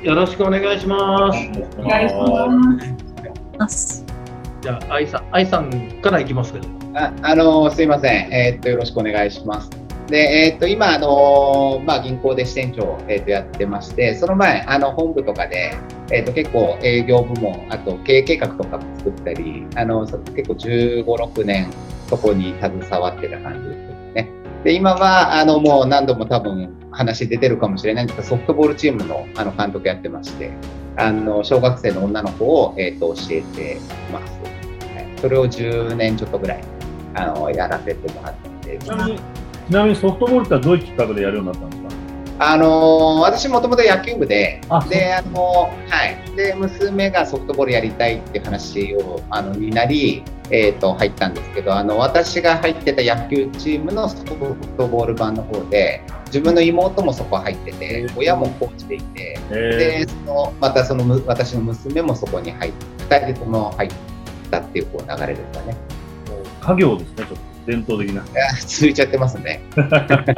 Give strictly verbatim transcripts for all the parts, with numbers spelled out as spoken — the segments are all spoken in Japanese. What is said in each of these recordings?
よろしくお願いします。 お願いします。 じゃあ、愛さん、愛さんからいきますけど。 あ、あのー、すいません。えー、っと、よろしくお願いします。で、えー、っと、今、あのー、まあ、銀行で支店長、えー、っと、やってまして、その前、あの、本部とかで、えー、っと、結構営業部門、あと経営計画とかも作ったり、あの、結構じゅうご、ろくねん、そこに携わってた感じですね。で、今は、あの、もう何度も多分話出てるかもしれないんですが、ソフトボールチームの、あの、監督やってまして、あの、小学生の女の子を、えー、っと、教えてます。はい、それをじゅうねんちょっとぐらい。あのやらせてもらってちなみに、ちなみにソフトボールってどういうきっかけでやるようになったんですか？ あの私もともと野球部で、で、あのはい、で娘がソフトボールやりたいって話をあのになり、えー、と入ったんですけど、あの私が入ってた野球チームのソフトボール版の方で、自分の妹もそこ入ってて、親もコーチでいて、でそのまたその私の娘もそこに入って、ふたりとも入ったっていうこう流れですかね。 家業ですね、ちょっと伝統的な。 続いちゃってますね。 え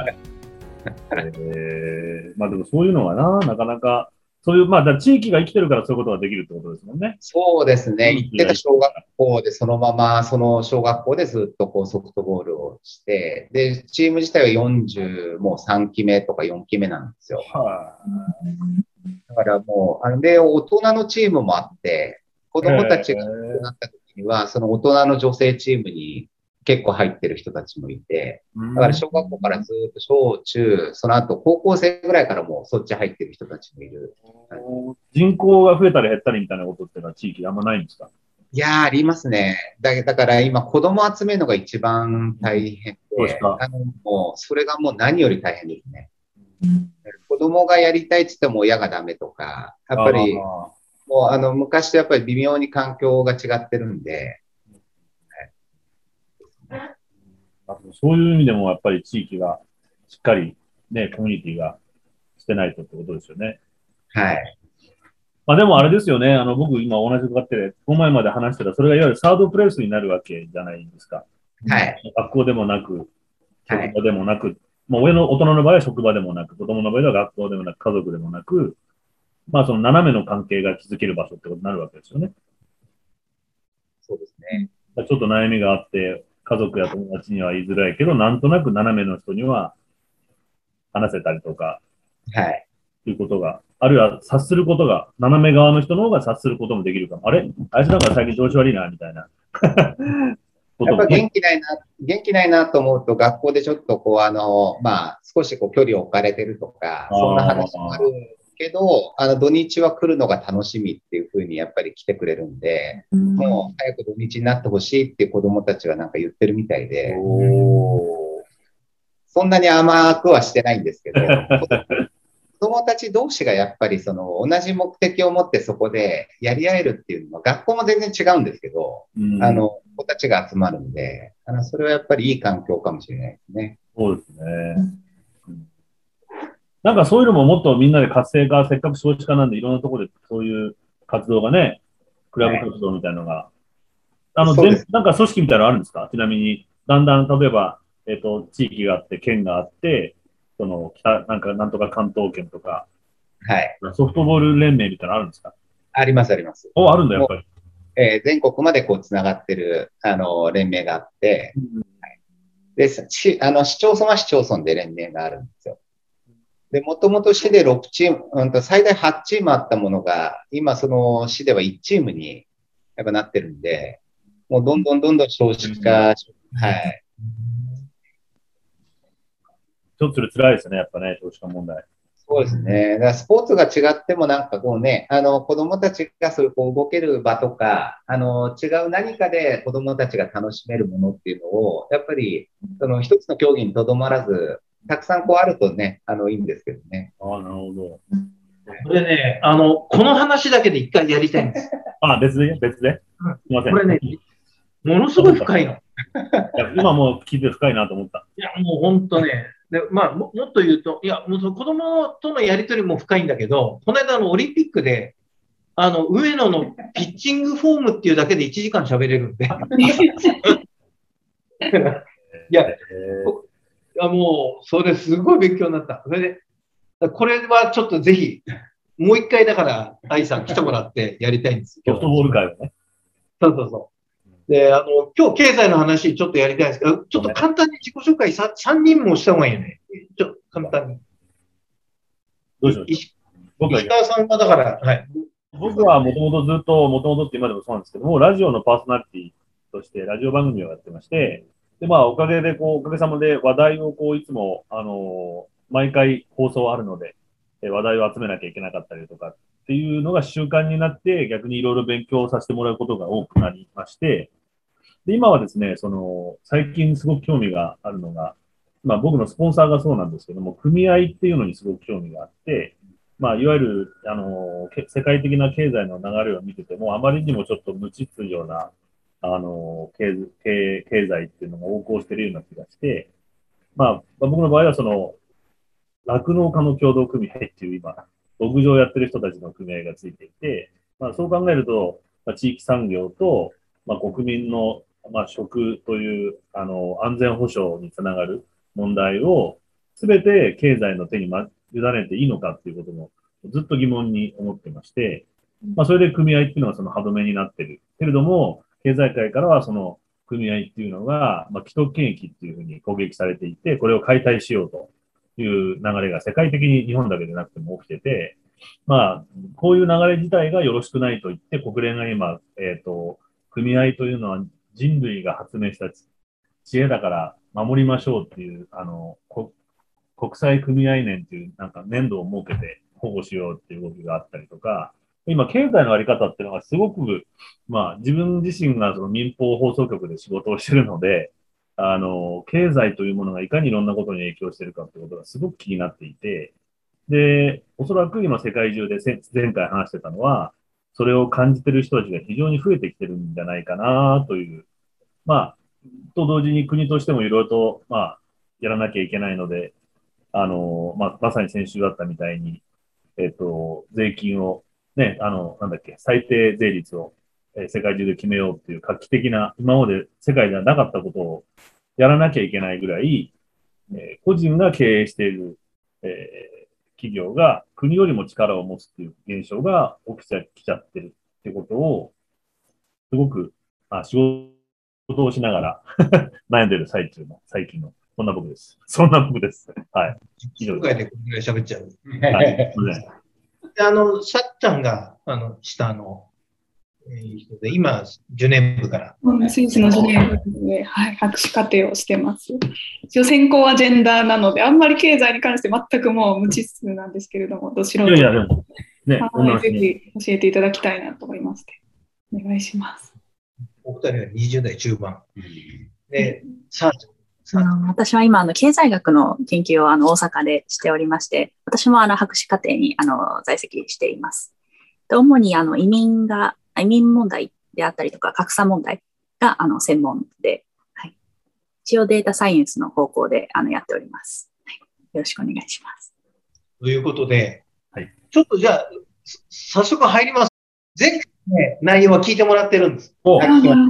ー、まあでもそういうのはな、なかなか、そういう、まあだ地域が生きてるからそういうことができるってことですもんね。 そうですね。行ってた小学校でそのまま、その小学校でずっとこうソフトボールをして、で、チーム自体はよんじゅう、もうさんきめとかよんきめなんですよ。はあ、だからもう、あので、大人のチームもあって、子供たちがなった時には、その大人の女性チームに結構入ってる人たちもいて、だから小学校からずっと小中、その後高校生ぐらいからもうそっち入ってる人たちもいる。 人口が増えたり減ったりみたいなことっていうのは地域あんまないんですか？ いやー、ありますね。だ、だから今子供集めるのが一番大変で、あのもうそれがもう何より大変ですね。子供がやりたいって言っても親がダメとか、やっぱりもうあの昔とやっぱり微妙に環境が違ってるんで、 そういう意味でもやっぱり地域がしっかりね、コミュニティがしてないとってことですよね。 はい。 まあでもあれですよね、あの僕今お話伺って、この前まで話してた、それがいわゆるサードプレイスになるわけじゃないですか。 はい。 学校でもなく、職場でもなく、はい、まあ親の大人の場合は職場でもなく、子供の場合は学校でもなく、家族でもなく、まあその斜めの関係が築ける場所ってことになるわけですよね。 そうですね。 ちょっと悩みがあって、家族や友達には言いづらいけど、なんとなく斜めの人には話せたりとか、 はい。 いうことが、あるいは察することが、斜め側の人の方が察することもできるかも。あれあいつなんか最近調子悪いな、みたいな。 やっぱ元気ないな、元気ないなと思うと、学校でちょっとこう、あの、まあ、少しこう距離を置かれてるとか、そんな話もあるけど、あの、土日は来るのが楽しみっていうふうにやっぱり来てくれるんで、うん、もう早く土日になってほしいっていう子供たちはなんか言ってるみたいで、そんなに甘くはしてないんですけど、子供たち同士がやっぱりその同じ目的を持ってそこでやり合えるっていうのは学校も全然違うんですけど、うん、あの子たちが集まるんで、あのそれはやっぱりいい環境かもしれないですね。 そうですね。うん、なんかそういうのももっとみんなで活性化、せっかく少子化なんでいろんなところでそういう活動がね、クラブ活動みたいなのが、はい、あの全なんか組織みたいなのあるんですか？ちなみに、だんだん例えば、えっと、地域があって、県があって、その北なんかなんとか関東圏とか、 はい、 ソフトボール連盟みたいなのあるんですか？ あります、あります。 お、あるんだ、やっぱり。 えー、全国までこうつながってるあの連盟があって、うん、はい、でしあの市町村は市町村で連盟があるんですよ。で、もともと市でろくチーム、うん、と最大はちチームあったものが、今その市ではいちチームにやっぱなってるんで、もうどんどんどんどん少子化、うん、はい。 ちょっとそれ辛いですね、やっぱね、少子化問題。 そうですね。だからスポーツが違ってもなんかこうね、あの子供たちがそういうこう動ける場とか、あの違う何かで子供たちが楽しめるものっていうのを、やっぱりその一つの競技にとどまらず、たくさんこうあるとね、あのいいんですけどね。 ああ、なるほど。 これね、あの、この話だけで一回やりたいんです。 あ、別で別で、 うん、すみません。これね、ものすごい深いの。 いや今もう聞いて深いなと思った。 いや、もう本当ね、でまあも、もっと言うと、いや、もうその子供とのやりとりも深いんだけど、この間のオリンピックで、あの、上野のピッチングフォームっていうだけでいちじかん喋れるんで。いや、いやもう、それすごい勉強になった。それで、これはちょっとぜひ、 もう一回だから、愛さん来てもらってやりたいんですソフトボール界をね。 そうそうそう。で、あの、今日経済の話ちょっとやりたいんですけど、ちょっと簡単に自己紹介ささんにんもした方がいいよね。ちょっと簡単に。 どうしましょう。 石石川さんはだから、はい。 僕はもともとずっと、もともとって今でもそうなんですけども、ラジオのパーソナリティとしてラジオ番組をやってまして、で、まあ、おかげで、こう、おかげさまで話題をこう、いつも、あのー毎回放送あるので、え話題を集めなきゃいけなかったりとかっていうのが習慣になって、逆にいろいろ勉強させてもらうことが多くなりまして、で、今はですね、その、最近すごく興味があるのが、まあ僕のスポンサーがそうなんですけども、組合っていうのにすごく興味があって、まあいわゆる、あの、世界的な経済の流れを見てても、あまりにもちょっと無秩序な、あの、経経経済っていうのが横行しているような気がして、まあ僕の場合はその、酪農家の協同組合っていう今、牧場をやってる人たちの組合がついていて、まあそう考えると、まあ、地域産業と、まあ国民の、まあ食という、あの、安全保障につながる問題を、すべて経済の手に、ま、委ねていいのかっていうこともずっと疑問に思ってまして、まあそれで組合っていうのがその歯止めになってる。けれども、経済界からはその組合っていうのが、まあ既得権益っていうふうに攻撃されていて、これを解体しようと。いう流れが世界的に日本だけでなくても起きてて、まあ、こういう流れ自体がよろしくないと言って、国連が今、えっと、組合というのは人類が発明した知恵だから守りましょうっていう、あの、国際組合年っていうなんか年度を設けて保護しようっていう動きがあったりとか、今、経済のあり方っていうのがすごく、まあ、自分自身がその民放放送局で仕事をしてるので、あの、経済というものがいかにいろんなことに影響しているかということがすごく気になっていて、で、おそらく今世界中で前回話してたのは、それを感じている人たちが非常に増えてきてるんじゃないかなという、まあ、と同時に国としてもいろいろと、まあ、やらなきゃいけないので、あの、まあ、まさに先週だったみたいに、えっと、税金を、ね、あの、なんだっけ、最低税率を世界中で決めようっていう画期的な、今まで世界ではなかったことをやらなきゃいけないぐらい、えー、個人が経営している、えー、企業が国よりも力を持つっていう現象が起きちゃきちゃってるってことを、すごく、あ、仕事をしながら悩んでる最中の、最近の、そんな僕です。そんな僕です。はい。 以上でこれぐらい喋っちゃう。 はい。であの、さっちゃんが、あの、下の、人で、今、ジュネーブから。 スイスのジュネーブで、はい、博士課程をしてます。一応専攻はジェンダーなので、あんまり経済に関して全くもう無知識なんですけれども、ど素人いやいや、でも、ね、 はい、ぜひ教えていただきたいなと思いまして、お願いします。 お二人はにじゅう代中盤。で、さあの私は今あの経済学の研究をあの大阪でしておりまして、私もあの博士課程にあの在籍しています。で主にあの移民が移民問題であったりとか格差問題があの専門で、はい、一応データサイエンスの方向であのやっております、はい。よろしくお願いします。 ということで、 はい、 ちょっとじゃあ早速入ります。前回ね内容は聞いてもらってるんです。お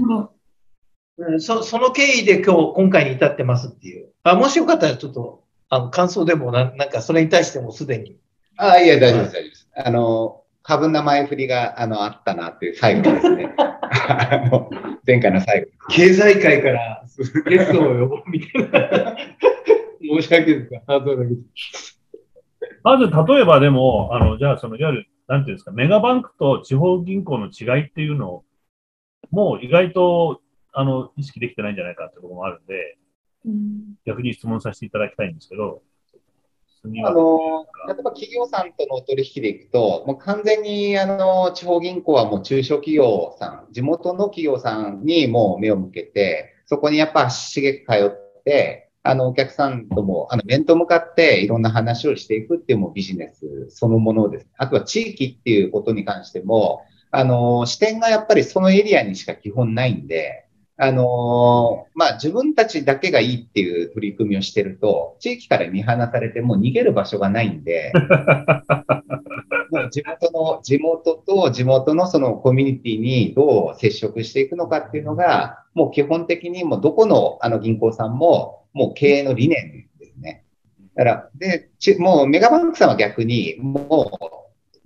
そ, その経緯で今日今回に至ってますっていう。あもしよかったらちょっとあの感想でもななんかそれに対してもすでに。 あいや大丈夫です大丈夫です。あの過分な前振りがあのあったなっていう最後ですね。あの前回の最後。 経済界からゲストを呼ぼうみたいな。申し訳ないですか。 まず例えばでもあのじゃあそのいわゆるなんていうんですかメガバンクと地方銀行の違いっていうのをもう意外とあの意識できてないんじゃないかってこともあるんで、うん、逆に質問させていただきたいんですけど。 あの例えば企業さんとの取引でいくと、もう完全にあの地方銀行はもう中小企業さん、地元の企業さんにもう目を向けて、そこにやっぱ足しげく通って、あのお客さんともあの面と向かっていろんな話をしていくっていうもうビジネスそのものです。あとは地域っていうことに関しても、あの視点がやっぱりそのエリアにしか基本ないんで、あのー、まあ、自分たちだけがいいっていう取り組みをしてると、地域から見放されてもう逃げる場所がないんで、もう地元の、地元と地元のそのコミュニティにどう接触していくのかっていうのが、もう基本的にもうどこのあの銀行さんももう経営の理念ですね。だから、で、もうメガバンクさんは逆に、もう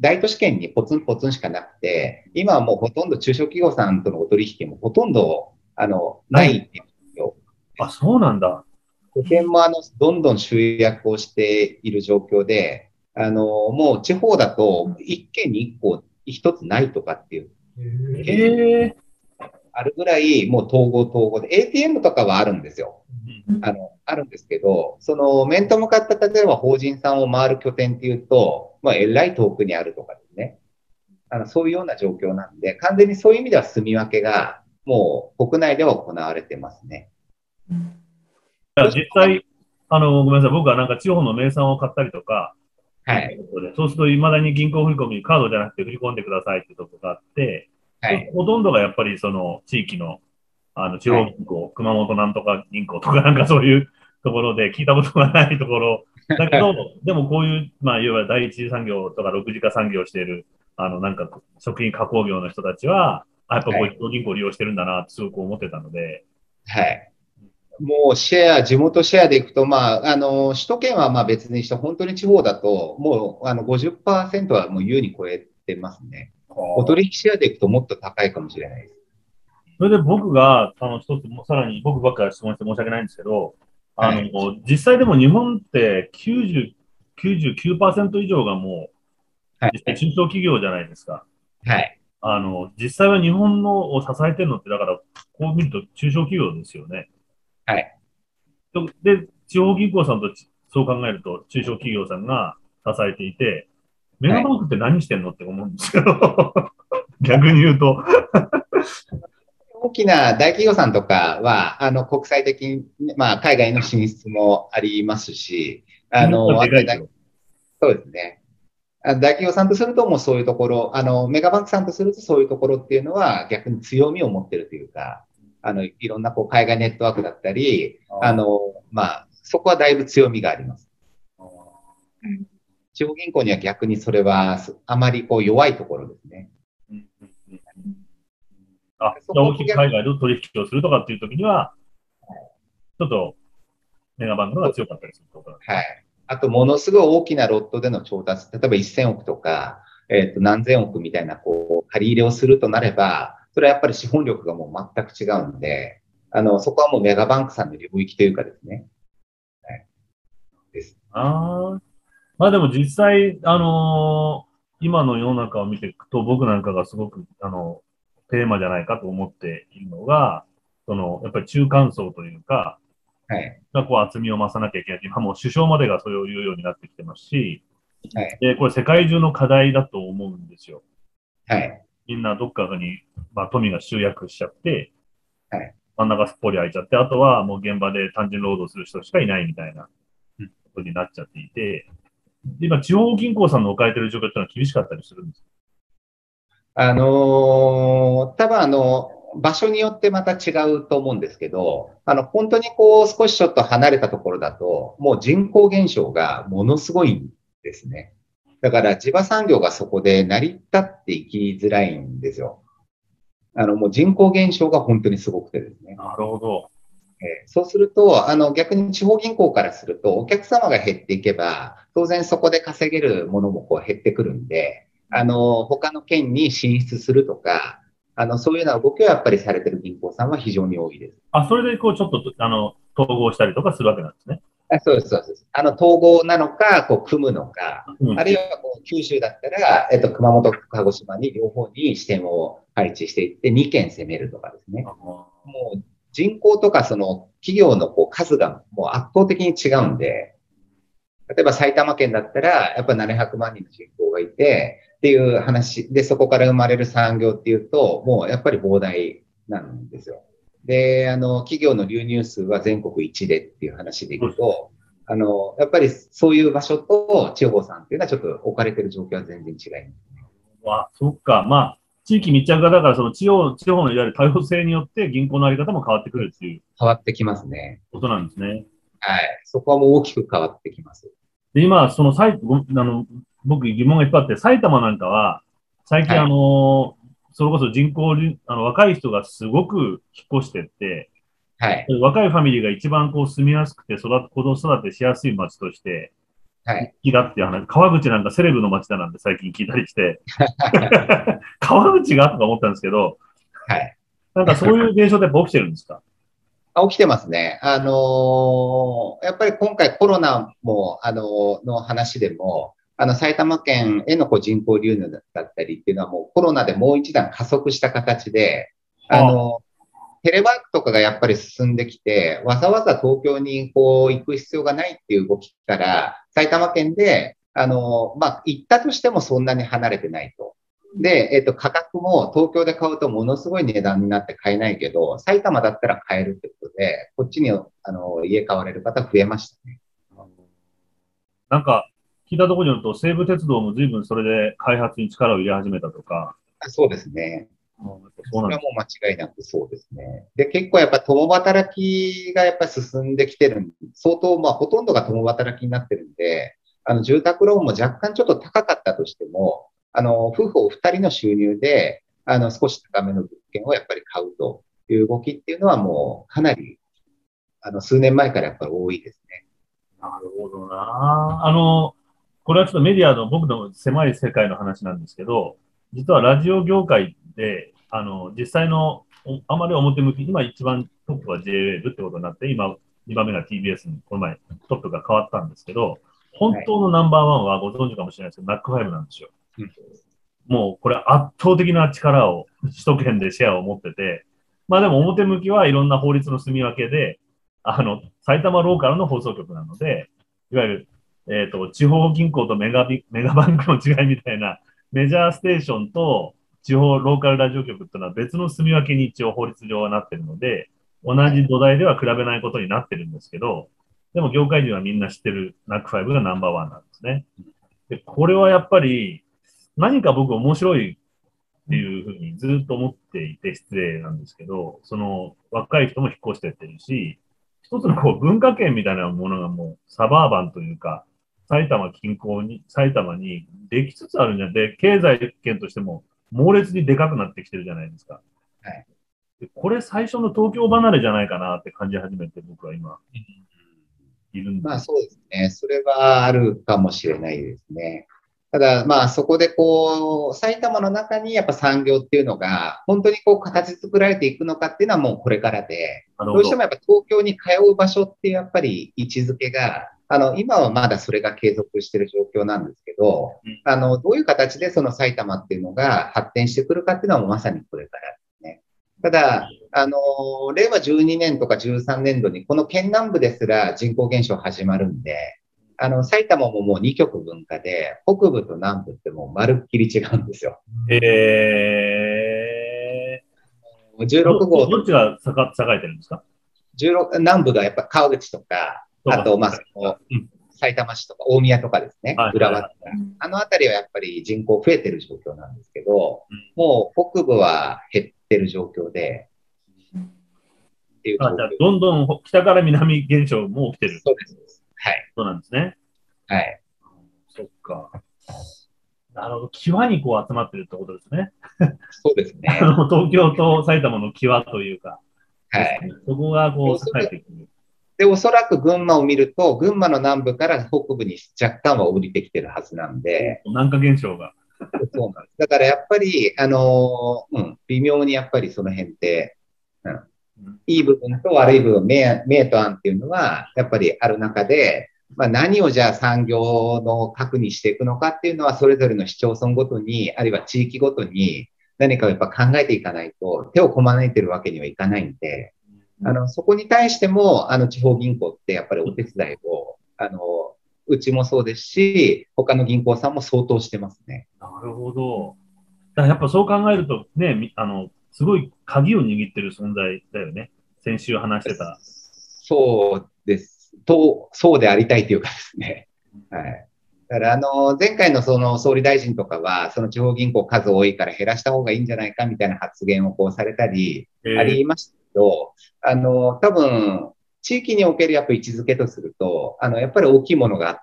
大都市圏にポツンポツンしかなくて、今はもうほとんど中小企業さんとのお取引もほとんど、あの、ないっていう状況。 あ、そうなんだ。 保険もあの、どんどん集約をしている状況で、あの、もう地方だと一軒に一個一つないとかっていう。 へえ。 あるぐらい、もう統合統合で、エーティーエム とかはあるんですよ。あの、あるんですけど、その、面と向かった例えば法人さんを回る拠点っていうと、まあ、えらい遠くにあるとかですね。あの、そういうような状況なんで、完全にそういう意味では住み分けが、もう国内では行われてますね。 実際、あの、ごめんなさい、僕はなんか地方の名産を買ったりとか、 はい。 そうすると、いまだに銀行振込にカードじゃなくて振り込んでくださいってとこがあって、はい、ほとんどがやっぱりその地域の、あの、地方銀行、はい、熊本なんとか銀行とかなんかそういうところで聞いたことがないところ、だけど、でもこういう、まあ、いわゆる第一次産業とか六次化産業をしている、あの、なんか食品加工業の人たちは、あ、やっぱこういう地方銀行を利用してるんだなってすごく思ってたので。 はい。もうシェア、地元シェアでいくと、まあ、あの、首都圏はまあ別にして、本当に地方だと、もうあの ごじゅっパーセント はもう優に超えてますね。お取引シェアでいくともっと高いかもしれないです。 それで僕が、あの、一つ、さらに僕ばっかり質問して申し訳ないんですけど、あの、はい、実際でも日本ってきゅうじゅう、きゅうじゅうきゅうパーセント以上がもう、実際中小企業じゃないですか。 はい。 あの、実際は日本のを支えてるのって、だから、こう見ると中小企業ですよね。 はい。 で、地方銀行さんとそう考えると、中小企業さんが支えていて、メガバンクって何してんのって思うんですけど、逆に言うと。 大きな大企業さんとかは、あの、国際的に、まあ、海外の進出もありますし、あの、そうですね。大企業さんとすると、もうそういうところ、あの、メガバンクさんとするとそういうところっていうのは逆に強みを持ってるというか、あの、いろんなこう海外ネットワークだったり、あの、まあ、そこはだいぶ強みがあります。地方銀行には逆にそれはあまりこう弱いところですね。 あ、大きく海外で取引をするとかっていうときには、ちょっとメガバンクが強かったりするところ。 はい。あと、ものすごい大きなロットでの調達、例えばせんおくとか、えっと、何千億みたいな、こう、借り入れをするとなれば、それはやっぱり資本力がもう全く違うんで、あの、そこはもうメガバンクさんの領域というかですね。はい。です。 ああ。まあでも実際、あのー、今の世の中を見ていくと、僕なんかがすごく、あの、テーマじゃないかと思っているのが、その、やっぱり中間層というか、 はい。 がこう厚みを増さなきゃいけない。今もう首相までがそれを言うようになってきてますし、 はい。 で、これ世界中の課題だと思うんですよ。 はい。 みんなどっかに、まあ、富が集約しちゃって、 はい。 真ん中すっぽり空いちゃって、あとはもう現場で単純労働する人しかいないみたいなことになっちゃっていて、で今、地方銀行さんの置かれている状況っていうのは厳しかったりするんですか？ あのー、多分あの、場所によってまた違うと思うんですけど、あの、本当にこう、少しちょっと離れたところだと、もう人口減少がものすごいんですね。だから地場産業がそこで成り立っていきづらいんですよ。あの、もう人口減少が本当にすごくてですね。 なるほど。 えー、そうすると、あの、逆に地方銀行からすると、お客様が減っていけば、当然そこで稼げるものもこう減ってくるんで、あの、他の県に進出するとか、あの、そういうような動きをやっぱりされてる銀行さんは非常に多いです。 あ、それでこう、ちょっと、あの、統合したりとかするわけなんですね。 あ、そうです、そうです。あの、統合なのか、こう、組むのか、うん、あるいは、こう、九州だったら、えっと、熊本、鹿児島に両方に支店を配置していって、にけん攻めるとかですね。もう、人口とか、その、企業のこう数がもう圧倒的に違うんで、例えば埼玉県だったら、やっぱななひゃくまんにんの人口がいて、っていう話で、そこから生まれる産業っていうと、もうやっぱり膨大なんですよ。で、あの、企業の流入数は全国一でっていう話でいくと、あの、やっぱりそういう場所と地方さんっていうのはちょっと置かれてる状況は全然違いますね。 わ、そっか。まあ、地域密着型だから、その地方、地方のいわゆる多様性によって銀行のあり方も変わってくるっていう。 変わってきますね。 ことなんですね。 はい。そこはもう大きく変わってきます。 で、今、その、さい、あの、僕疑問がいっぱいあって、埼玉なんかは、最近、はい、あの、それこそ人口、あの、若い人がすごく引っ越してって、 はい。 若いファミリーが一番こう住みやすくて育子供育てしやすい街として、 はい。 好きだっていう話、川口なんかセレブの街だなんて最近聞いたりして、川口がとか思ったんですけど、 はい。 なんかそういう現象ってやっぱ起きてるんですか？ あ、起きてますね。あのーやっぱり今回コロナも、あのーの話でも、あの、埼玉県へのこう人口流入だったりっていうのはもうコロナでもう一段加速した形で、あはのテレワークとかがやっぱり進んできて、わざわざ東京にこう行く必要がないっていう動きから、埼玉県で、あの、まあ、行ったとしてもそんなに離れてないと。で、えっと、価格も東京で買うとものすごい値段になって買えないけど、埼玉だったら買えるってことで、こっちに、あの、家買われる方増えましたね。 あ、なんか聞いたところによると、西武鉄道も随分それで開発に力を入れ始めたとか、 あ、そうですね。 あ、やっぱそうそなんです。 れはもう間違いなくそうですね。で、結構やっぱ共働きがやっぱ進んできてるん、相当、まあほとんどが共働きになってるんで、あの住宅ローンも若干ちょっと高かったとしても、あの、夫婦お二人の収入で、あの、少し高めの物件をやっぱり買うという動きっていうのはもうかなり、あの、数年前からやっぱり多いですね。 なるほどな。あの、これはちょっとメディアの僕の狭い世界の話なんですけど、実はラジオ業界で、あの、実際の、おあまり表向き、今一番トップは ジェイウェーブ ってことになって、今にばんめが ティービーエス にこの前トップが変わったんですけど、本当のナンバーワンはご存知かもしれないですけど、ナックファイブ なんですよ。 うん、 もうこれ圧倒的な力を、首都圏でシェアを持ってて、まあでも表向きはいろんな法律の住み分けで、あの、埼玉ローカルの放送局なので、いわゆる、えっと、地方銀行とメガビ、メガバンクの違いみたいな、メジャーステーションと地方ローカルラジオ局っていうのは別の住み分けに一応法律上はなってるので、同じ土台では比べないことになってるんですけど、でも業界人はみんな知ってるナックファイブがナンバーワンなんですね。で、これはやっぱり何か僕面白いっていうふうにずっと思っていて失礼なんですけど、その若い人も引っ越してってるし、一つのこう文化圏みたいなものがもうサバーバンというか、埼玉近郊に、埼玉にできつつあるんじゃなくて、経済圏としても猛烈にでかくなってきてるじゃないですか。 はい。 でこれ最初の東京離れじゃないかなって感じ始めて僕は今いるんまあです。 そうですね。それはあるかもしれないですね。ただまあそこでこう、埼玉の中にやっぱ産業っていうのが本当にこう形作られていくのかっていうのはもうこれからで、 なるほど。 どうしてもやっぱ東京に通う場所っていうやっぱり位置づけが、あの、今はまだそれが継続している状況なんですけど、 うんあの、どういう形でその埼玉っていうのが発展してくるかっていうのはまさにこれからですね。ただ、あの、令和じゅうにねんとかじゅうさんねんどにこの県南部ですら人口減少始まるんで、あの、埼玉ももうにきょく分化で、北部と南部ってもうまるっきり違うんですよ。 えー、ど、 じゅうろくど、 号とどっちが栄栄えてるんですか？ じゅうろく、南部がやっぱ川口とか、 とか、 あと、まあ、その、うん埼玉市とか大宮とかですね、 はいはいはい。 浦和とか、あの辺りはやっぱり人口増えてる状況なんですけど、 うん、 もう北部は減ってる状況で、っていうあ、じゃあ、 状況。 どんどん北から南現象も起きてるそうです。はい。 そうなんですね。 はい。 そっか。なるほど。際にこう集まってるってことですね。 そうですあね。 の、東京と埼玉の際というか、ですね。 はい。 そこがこうでおそら栄えてくる。 で、おそらく群馬を見ると、群馬の南部から北部に若干は降りてきてるはずなんで、 南下現象が。 そうなんです。だからやっぱり、あのーうん、微妙にやっぱりその辺って、うん、いい部分と悪い部分、明明と暗っていうのは、やっぱりある中で、まあ、何をじゃあ産業の核にしていくのかっていうのは、それぞれの市町村ごとに、あるいは地域ごとに何かをやっぱ考えていかないと、手をこまねいてるわけにはいかないんで、あの、そこに対しても、あの、地方銀行ってやっぱりお手伝いを、あの、うちもそうですし、他の銀行さんも相当してますね。 なるほど。だからやっぱそう考えるとね、みあの、すごい鍵を握ってる存在だよね。先週話してた。 そうです。と、そうでありたいというかですね。はい。だから、あの、前回のその総理大臣とかは、その地方銀行数多いから減らした方がいいんじゃないかみたいな発言をこうされたり、 えー、 ありましたけど、あの、多分、地域におけるやっぱ位置づけとすると、あの、やっぱり大きいものがあって、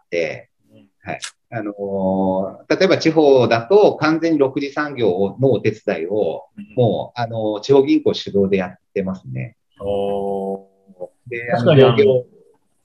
はい。あの、例えば地方だと完全にろく次産業のお手伝いを、もう、あの、地方銀行主導でやってますね。 おで、あの、 確かにあの、 同業、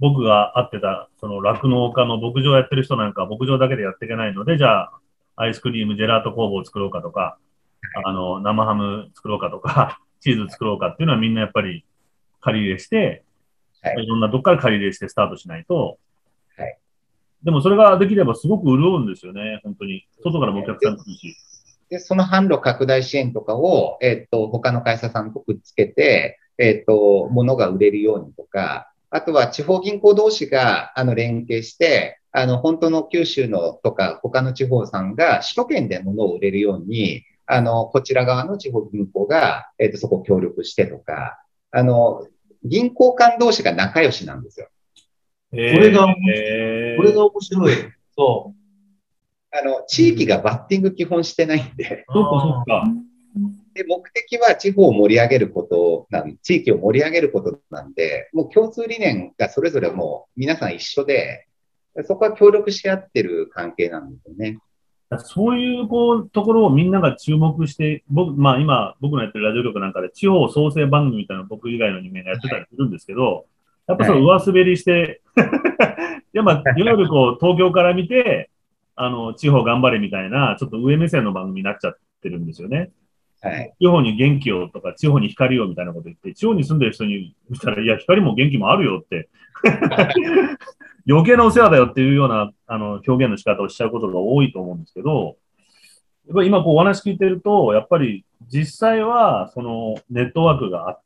僕が会ってた、その酪農家の牧場やってる人なんか牧場だけでやっていけないので、じゃあ、アイスクリーム、ジェラート工房を作ろうかとか、あの、生ハム作ろうかとか、チーズ作ろうかっていうのはみんなやっぱり借り入れして、 はい、 いろんなどっから借り入れしてスタートしないと、 はい、 でもそれができればすごく潤うんですよね、本当に。外からもお客さん来るし。 で、その販路拡大支援とかを、えっと、他の会社さんとくっつけて、えっと、物が売れるようにとか、あとは地方銀行同士が、あの、連携して、あの、本当の九州のとか、他の地方さんが首都圏で物を売れるように、あの、こちら側の地方銀行が、えっと、そこを協力してとか、あの、銀行間同士が仲良しなんですよ。 これが、えー、これが面白い。そう。 あの、地域がバッティング基本してないんで。 そっかそっか。 で、目的は地方を盛り上げることなん、地域を盛り上げることなんで、もう共通理念がそれぞれもう皆さん一緒で、そこは協力し合ってる関係なんですよね。 そういうこうところをみんなが注目して、僕、まあ今、僕のやってるラジオ局なんかで地方創生番組みたいなの僕以外の人間がやってたりするんですけど、やっぱその上滑りして、はい、やっぱいわゆるこう東京から見て、あの、地方頑張れみたいな、ちょっと上目線の番組になっちゃってるんですよね。 はい。 地方に元気をとか、地方に光をみたいなこと言って、地方に住んでる人に見たら、いや、光も元気もあるよって、余計なお世話だよっていうような、あの、表現の仕方をしちゃうことが多いと思うんですけど、やっぱり今こうお話聞いてると、やっぱり実際は、そのネットワークがあって、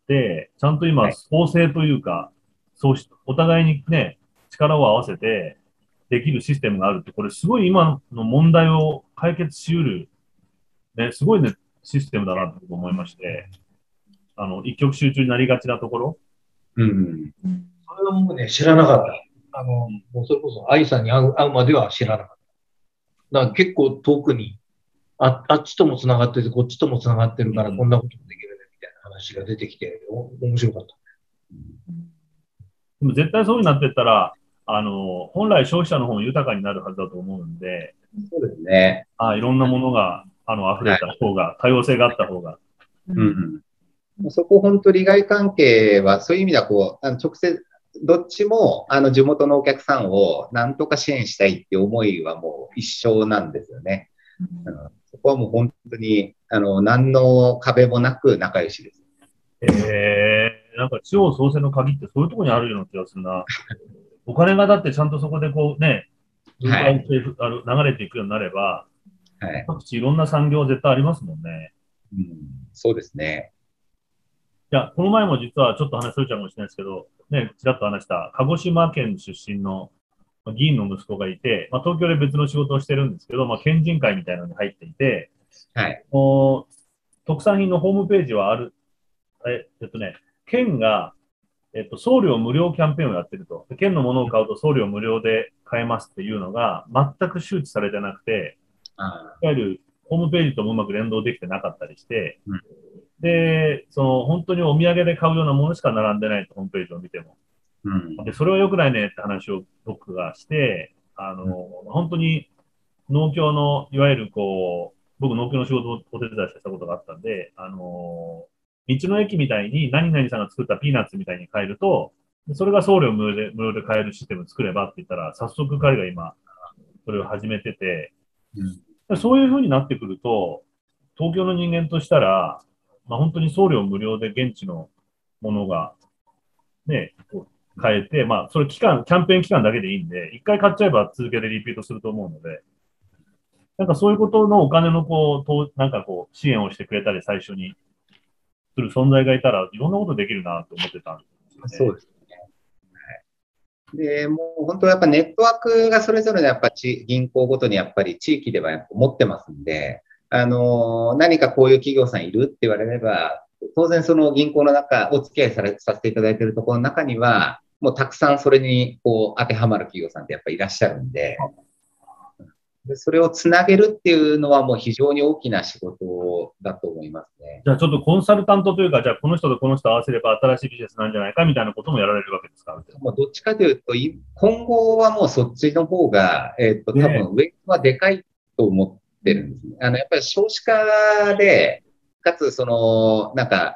ちゃんと今、創生というか、そうし、お互いにね、力を合わせて、できるシステムがあるって、これすごい今の問題を解決しうる、ね、すごいね、システムだなと思いまして、あの、一極集中になりがちなところ。 うん。 それはもうね、知らなかった。あの、もうそれこそ愛さんに会う、会うまでは知らなかった。だから結構遠くに、あ、あっちとも繋がってて、こっちとも繋がってるから、こんなこともできるね、みたいな話が出てきて、お面白かった。 でも絶対そうになってったら、あの、本来消費者の方も豊かになるはずだと思うんで、 そうですね。 あいろんなものが、あの、溢れた方が、はい、多様性があった方が。 うん、うん。そこ本当利害関係は、そういう意味ではこう、あの直接、どっちも、あの、地元のお客さんを何とか支援したいっていう思いはもう一緒なんですよね。うん、そこはもう本当に、あの、何の壁もなく仲良しです。 えー、なんか地方創生の鍵ってそういうところにあるような気がするな。お金がだってちゃんとそこでこうね、はい、流れていくようになれば、はい、各地いろんな産業絶対ありますもんね。 うん、そうですね。 いや、この前も実はちょっと話それちゃうかもしれないですけど、ね、ちらっと話した鹿児島県出身の議員の息子がいて、まあ、東京で別の仕事をしてるんですけど、まあ、県人会みたいなのに入っていて、 はい、 特産品のホームページはある、ええっとね、県が、えっと、送料無料キャンペーンをやってると。県のものを買うと送料無料で買えますっていうのが全く周知されてなくて、いわゆるホームページともうまく連動できてなかったりして、うん、で、その本当にお土産で買うようなものしか並んでないと、ホームページを見ても。うん、で、それは良くないねって話を僕がして、あの、うん、本当に農協の、いわゆるこう、僕農協の仕事をお手伝いしたことがあったんで、あの、道の駅みたいに何々さんが作ったピーナッツみたいに買えると、それが送料無料で、無料で買えるシステムを作ればって言ったら、早速彼が今、それを始めてて、うん、そういう風になってくると、東京の人間としたら、まあ、本当に送料無料で現地のものが、ね、買えて、まあ、それ期間、キャンペーン期間だけでいいんで、一回買っちゃえば続けてリピートすると思うので、なんかそういうことのお金のこう、となんかこう、支援をしてくれたり、最初にする存在がいたらいろんなことできるなと思ってたんですよね。 そうですね。はい、で、もう本当やっぱネットワークがそれぞれのやっぱち銀行ごとにやっぱり地域ではやっぱ持ってますんで、あの、何かこういう企業さんいるって言われれば、当然その銀行の中、お付き合いされさせていただいているところの中には、もうたくさんそれにこう当てはまる企業さんってやっぱりいらっしゃるんで、でそれをつなげるっていうのはもう非常に大きな仕事だと思いますね。 じゃあちょっとコンサルタントというか、じゃあこの人とこの人合わせれば新しいビジネスなんじゃないかみたいなこともやられるわけですか？ もうどっちかというと、今後はもうそっちの方が、えっと、多分上はでかいと思ってるんですね。あの、やっぱり少子化で、かつその、なんか、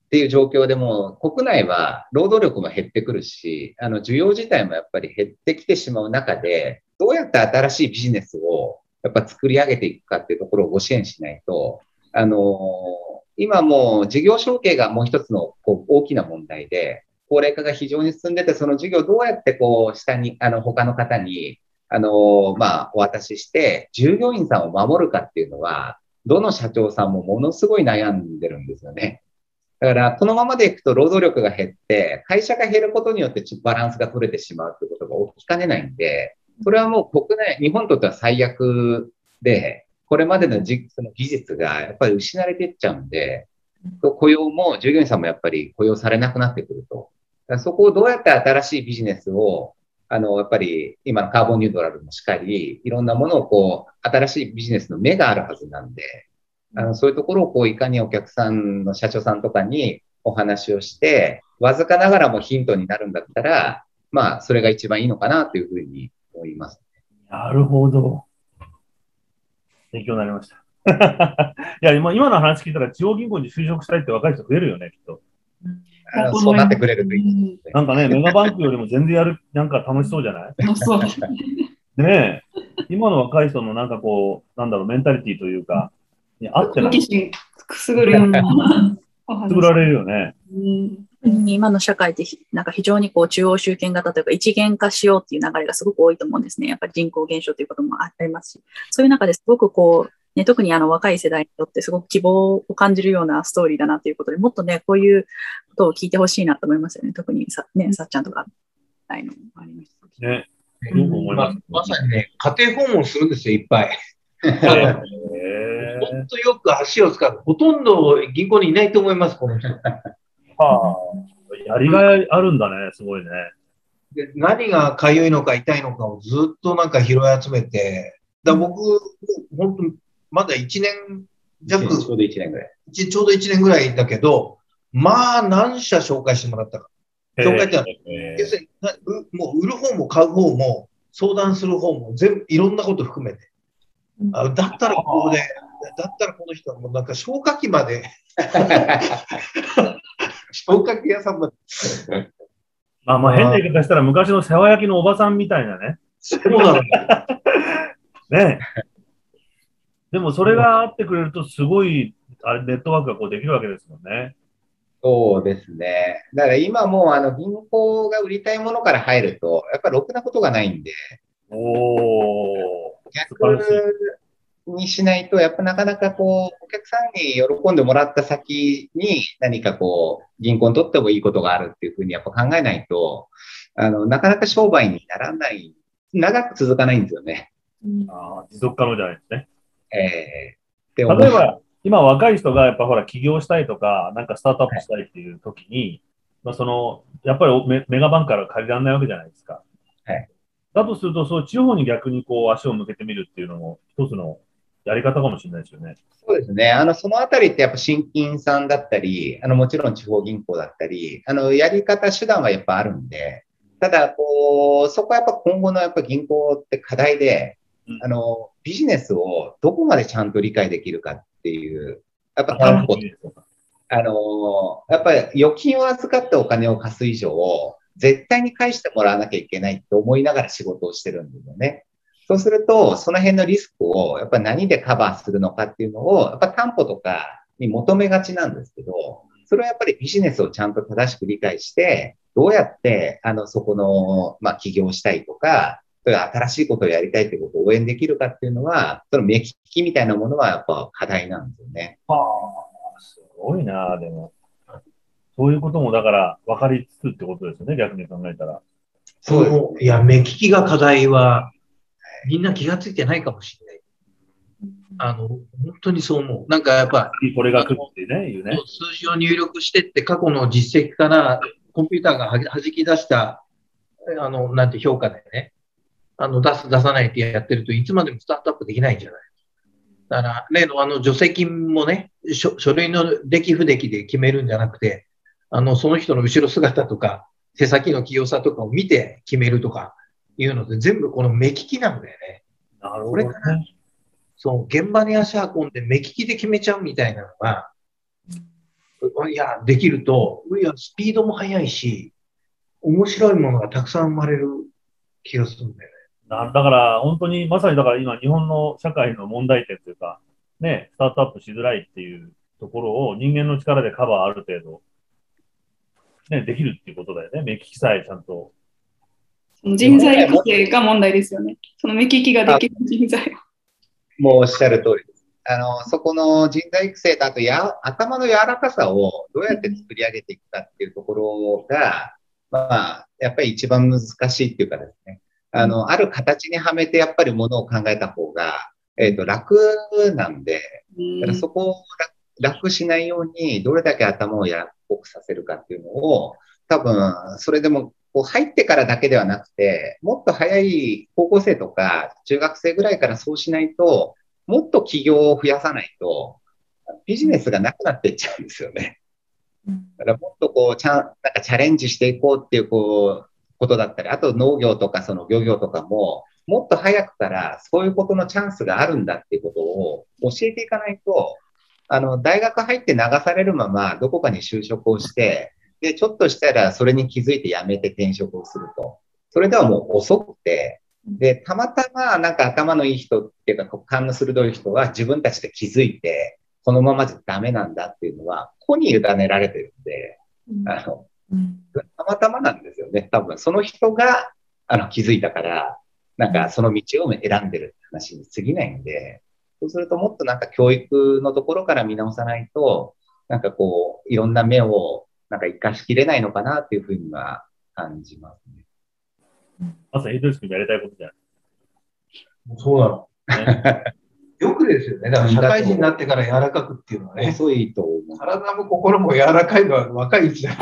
っていう状況でも、国内は労働力も減ってくるし、あの需要自体もやっぱり減ってきてしまう中で、どうやって新しいビジネスをやっぱ作り上げていくかっていうところをご支援しないと、あの、今もう事業承継がもう一つのこう大きな問題で、高齢化が非常に進んでて、その事業をどうやってこう下に、あの他の方に、あの、まあ、お渡しして、従業員さんを守るかっていうのは、どの社長さんもものすごい悩んでるんですよね。だから、このままでいくと労働力が減って、会社が減ることによってバランスが取れてしまうということが起きかねないんで、それはもう国内、日本にとっては最悪で、これまでのじその技術がやっぱり失われていっちゃうんで、雇用も、従業員さんもやっぱり雇用されなくなってくると。だからそこをどうやって新しいビジネスを、あの、やっぱり今のカーボンニュートラルもしっかり、いろんなものをこう、新しいビジネスの目があるはずなんで、あの、そういうところをこう、いかにお客さんの社長さんとかにお話をして、わずかながらもヒントになるんだったら、まあ、それが一番いいのかなというふうに思います。 なるほど。勉強になりました。いや、今、今の話聞いたら、地方銀行に就職したいって若い人増えるよね、きっと。 あのそうなってくれるといいですね。 なんかね、メガバンクよりも全然やる、なんか楽しそうじゃないそうですね。 ねえ。今の若い人のなんかこう、なんだろう、メンタリティというか、に合ってない。 好奇心くすぐるようなお話。 作られるよね。 うん、 今の社会ってなんか非常にこう中央集権型というか一元化しようっていう流れがすごく多いと思うんですね。やっぱり人口減少ということもありますし、そういう中ですごくこう、ね、特にあの若い世代にとってすごく希望を感じるようなストーリーだなということで、もっとね、こういうことを聞いてほしいなと思いますよね。特にさ、ね、さっちゃんとか、ないのもありました。 ね。どう思います、 まさにね、家庭訪問するんですよ、いっぱい。 へ本当よく足を使う。ほとんど銀行にいないと思います、この人。 はあ、やりがいあるんだね、すごいね。 で何がかゆいのか痛いのかをずっとなんか拾い集めて、だ僕、本当にまだいちねん弱、 ちょうどいちねんぐらい。 ちょうどいちねんぐらいだけど、まあ何社紹介してもらったか。紹介ってのは、要するになうもう売る方も買う方も相談する方も全部いろんなこと含めて。あだったらここで、だったらこの人はもうなんか消火器まで、消火器屋さんまで。 まあまあ変な言い方したら昔の世話焼きのおばさんみたいなね。 そうなの。 ね。でもそれがあってくれるとすごいあれネットワークがこうできるわけですもんね。 そうですね。だから今もうあの銀行が売りたいものから入ると、やっぱりろくなことがないんで、 おー。 逆にしないと、やっぱなかなかこう、お客さんに喜んでもらった先に何かこう、銀行にとってもいいことがあるっていうふうにやっぱ考えないと、あの、なかなか商売にならない、長く続かないんですよね。 あ持続可能じゃないですね。 えー、例えば、今若い人がやっぱほら起業したいとか、なんかスタートアップしたいっていう時に、はい、まあその、やっぱり メ, メガバンクから借りられないわけじゃないですか。 はい。 だとすると、そう地方に逆にこう足を向けてみるっていうのも一つのやり方かもしれないですよね。 そうですね。あの、そのあたりってやっぱ新金さんだったり、あの、もちろん地方銀行だったり、あの、やり方、手段はやっぱあるんで、ただ、こう、そこはやっぱ今後のやっぱ銀行って課題で、うん、あの、ビジネスをどこまでちゃんと理解できるかっていう、やっぱ担保、あの、やっぱり預金を預かってお金を貸す以上、絶対に返してもらわなきゃいけないって思いながら仕事をしてるんですよね。そうすると、その辺のリスクをやっぱり何でカバーするのかっていうのを、やっぱ担保とかに求めがちなんですけど、それはやっぱりビジネスをちゃんと正しく理解して、どうやって、あの、そこの、まあ、起業したいとか、新しいことをやりたいってことを応援できるかっていうのは、その目利きみたいなものはやっぱ課題なんですよね。 はあ、すごいな、でも。そういうこともだから分かりつつってことですよね、逆に考えたら。 そう、いや、目利きが課題は、みんな気がついてないかもしれない。あの、本当にそう思う。なんかやっぱ、 これが来るってね、いうね。 数字を入力してって過去の実績からコンピューターがはじき出した、あの、なんて評価でね、あの、出す、出さないってやってるといつまでもスタートアップできないんじゃない。だから、例のあの、助成金もね、書、書類の出来不出来で決めるんじゃなくて、あの、その人の後ろ姿とか、手先の器用さとかを見て決めるとかいうので、全部この目利きなんだよね。 なるほどね。 これから、そう、現場に足運んで目利きで決めちゃうみたいなのが、 いや、できると、いや、スピードも速いし、面白いものがたくさん生まれる気がするんだよね。 なだから本当に、まさにだから今日本の社会の問題点というか、ね、スタートアップしづらいっていうところを人間の力でカバーある程度、ね、できるっていうことだよね。目利きさえちゃんと。 その人材育成が問題ですよね。その目利きができる人材を。 もうおっしゃる通りです。あの、そこの人材育成と、あとや、頭の柔らかさをどうやって作り上げていくかっていうところが、まあ、やっぱり一番難しいっていうかですね、あの、ある形にはめてやっぱりものを考えた方が、えっと、楽なんで、だからそこを楽、楽しないように、どれだけ頭を柔らかくさせるかっていうのを、多分、それでも、こう入ってからだけではなくて、もっと早い高校生とか中学生ぐらいからそうしないと、もっと企業を増やさないと、ビジネスがなくなっていっちゃうんですよね。だからもっとこう、ちゃん、なんかチャレンジしていこうっていう、こう、ことだったり、あと農業とかその漁業とかも、もっと早くからそういうことのチャンスがあるんだっていうことを教えていかないと、あの、大学入って流されるままどこかに就職をして、で、ちょっとしたらそれに気づいて辞めて転職をすると。それではもう遅くて、で、たまたまなんか頭のいい人っていうか、こう勘の鋭い人は自分たちで気づいて、このままじゃダメなんだっていうのは、個に委ねられてるんで、あの、たまたまなんですよね。多分、その人が、あの、気づいたから、なんかその道を選んでるって話に過ぎないんで、そうするともっとなんか教育のところから見直さないと、なんかこう、いろんな目を、なんか活かしきれないのかなっていうふうには感じますね。 まさにエイトリス君やりたいことじゃん。 そうなの。ね、よくですよね。だから社会人になってから柔らかくっていうのはね。 遅いと思う。 体も心も柔らかいのは若いうちだから。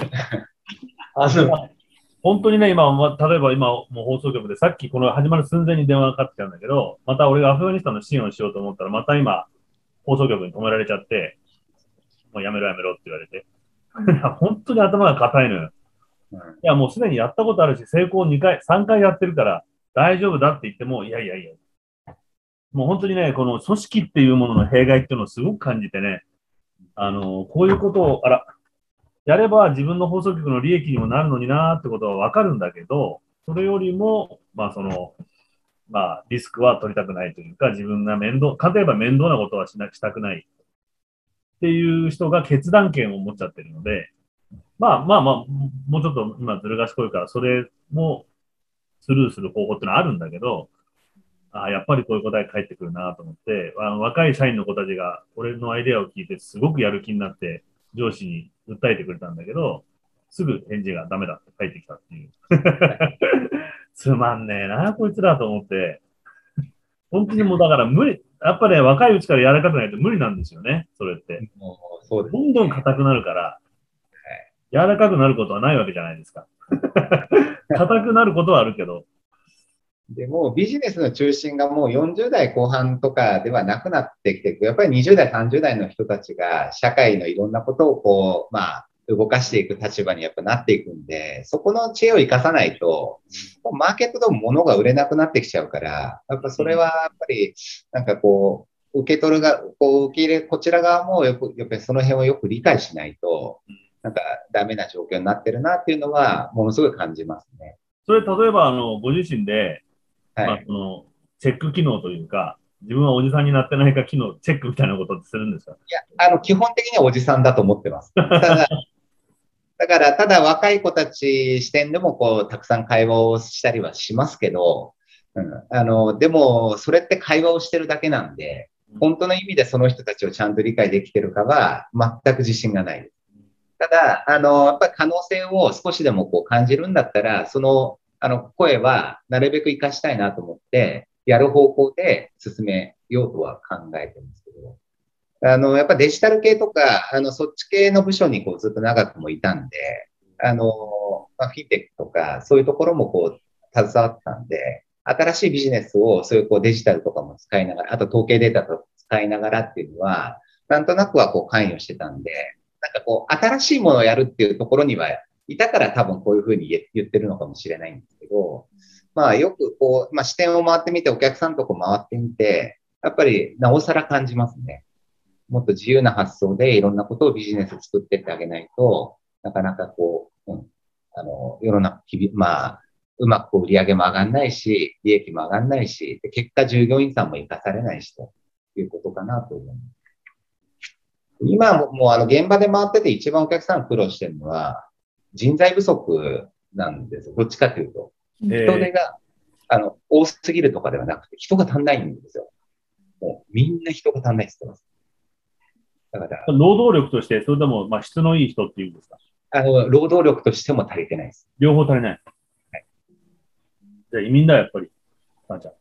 あの本当にね、今、ま、例えば今、もう放送局でさっきこの始まる寸前に電話がかかってきたんだけど、また俺がアフガニスタンの支援をしようと思ったら、また今、放送局に止められちゃって、もうやめろやめろって言われて。本当に頭が固いのよ。いや、もうすでにやったことあるし、成功にかい、さんかいやってるから大丈夫だって言っても、いやいやいや。もう本当にね、この組織っていうものの弊害っていうのをすごく感じてね、あの、こういうことを、あら、やれば自分の放送局の利益にもなるのになーってことはわかるんだけど、それよりも、まあその、まあリスクは取りたくないというか、自分が面倒、例えば面倒なことはしなくしたくないっていう人が決断権を持っちゃってるので、まあまあまあ、もうちょっと今ずる賢いから、それもスルーする方法ってのはあるんだけど、あやっぱりこういう答え返ってくるなと思って、あの若い社員の子たちが俺のアイデアを聞いてすごくやる気になって上司に訴えてくれたんだけど、すぐ返事がダメだって返ってきたっていう。つまんねえな、こいつらと思って。本当にもうだから無理、やっぱね、若いうちから柔らかくないと無理なんですよね、それって。 もうそうですどんどん硬くなるから、柔らかくなることはないわけじゃないですか。硬くなることはあるけど。 でもビジネスの中心がもうよんじゅう代後半とかではなくなってきて、やっぱりにじゅう代、さんじゅう代の人たちが社会のいろんなことをこう、まあ、動かしていく立場にやっぱなっていくんで、そこの知恵を生かさないと、マーケットでも物が売れなくなってきちゃうから、やっぱそれはやっぱり、なんかこう、受け取るが、こう受け入れ、こちら側もよく、やっぱりその辺をよく理解しないと、なんかダメな状況になってるなっていうのは、ものすごい感じますね。 それ、例えば、あの、ご自身で、 はい、 まあ、その、チェック機能というか、自分はおじさんになってないか機能、チェックみたいなことってするんですか？いや、あの、基本的にはおじさんだと思ってます。ただ、だから、ただ若い子たち視点でも、こう、たくさん会話をしたりはしますけど、うん、あの、でも、それって会話をしてるだけなんで、本当の意味でその人たちをちゃんと理解できてるかは、全く自信がないです。ただ、あの、やっぱり可能性を少しでもこう感じるんだったら、その、あの、声はなるべく活かしたいなと思って、やる方向で進めようとは考えてるんですけど、あの、やっぱデジタル系とか、あの、そっち系の部署にこうずっと長くもいたんで、あの、まあ、フィンテックとか、そういうところもこう、携わったんで、新しいビジネスをそういうこうデジタルとかも使いながら、あと統計データと使いながらっていうのは、なんとなくはこう関与してたんで、なんかこう、新しいものをやるっていうところにはいたから多分こういうふうに言ってるのかもしれないんですけど、まあよくこう、まあ視点を回ってみて、お客さんとこ回ってみて、やっぱりなおさら感じますね。 もっと自由な発想でいろんなことをビジネス作ってってあげないと、なかなかこう、うん、あの、世の中、まあ、うまくこう売り上げも上がんないし、利益も上がんないし、で結果従業員さんも生かされないしということかなと思います。今も、もうあの現場で回ってて一番お客さん苦労してるのは人材不足なんですよ。どっちかというと。人手が、あの、多すぎるとかではなくて人が足んないんですよ。もうみんな人が足んないって言ってます。だから。 労働力として、それでも、まあ質のいい人っていうんですか？ あの、労働力としても足りてないです。 両方足りない。はい。じゃあ移民だ、やっぱり。あんちゃん。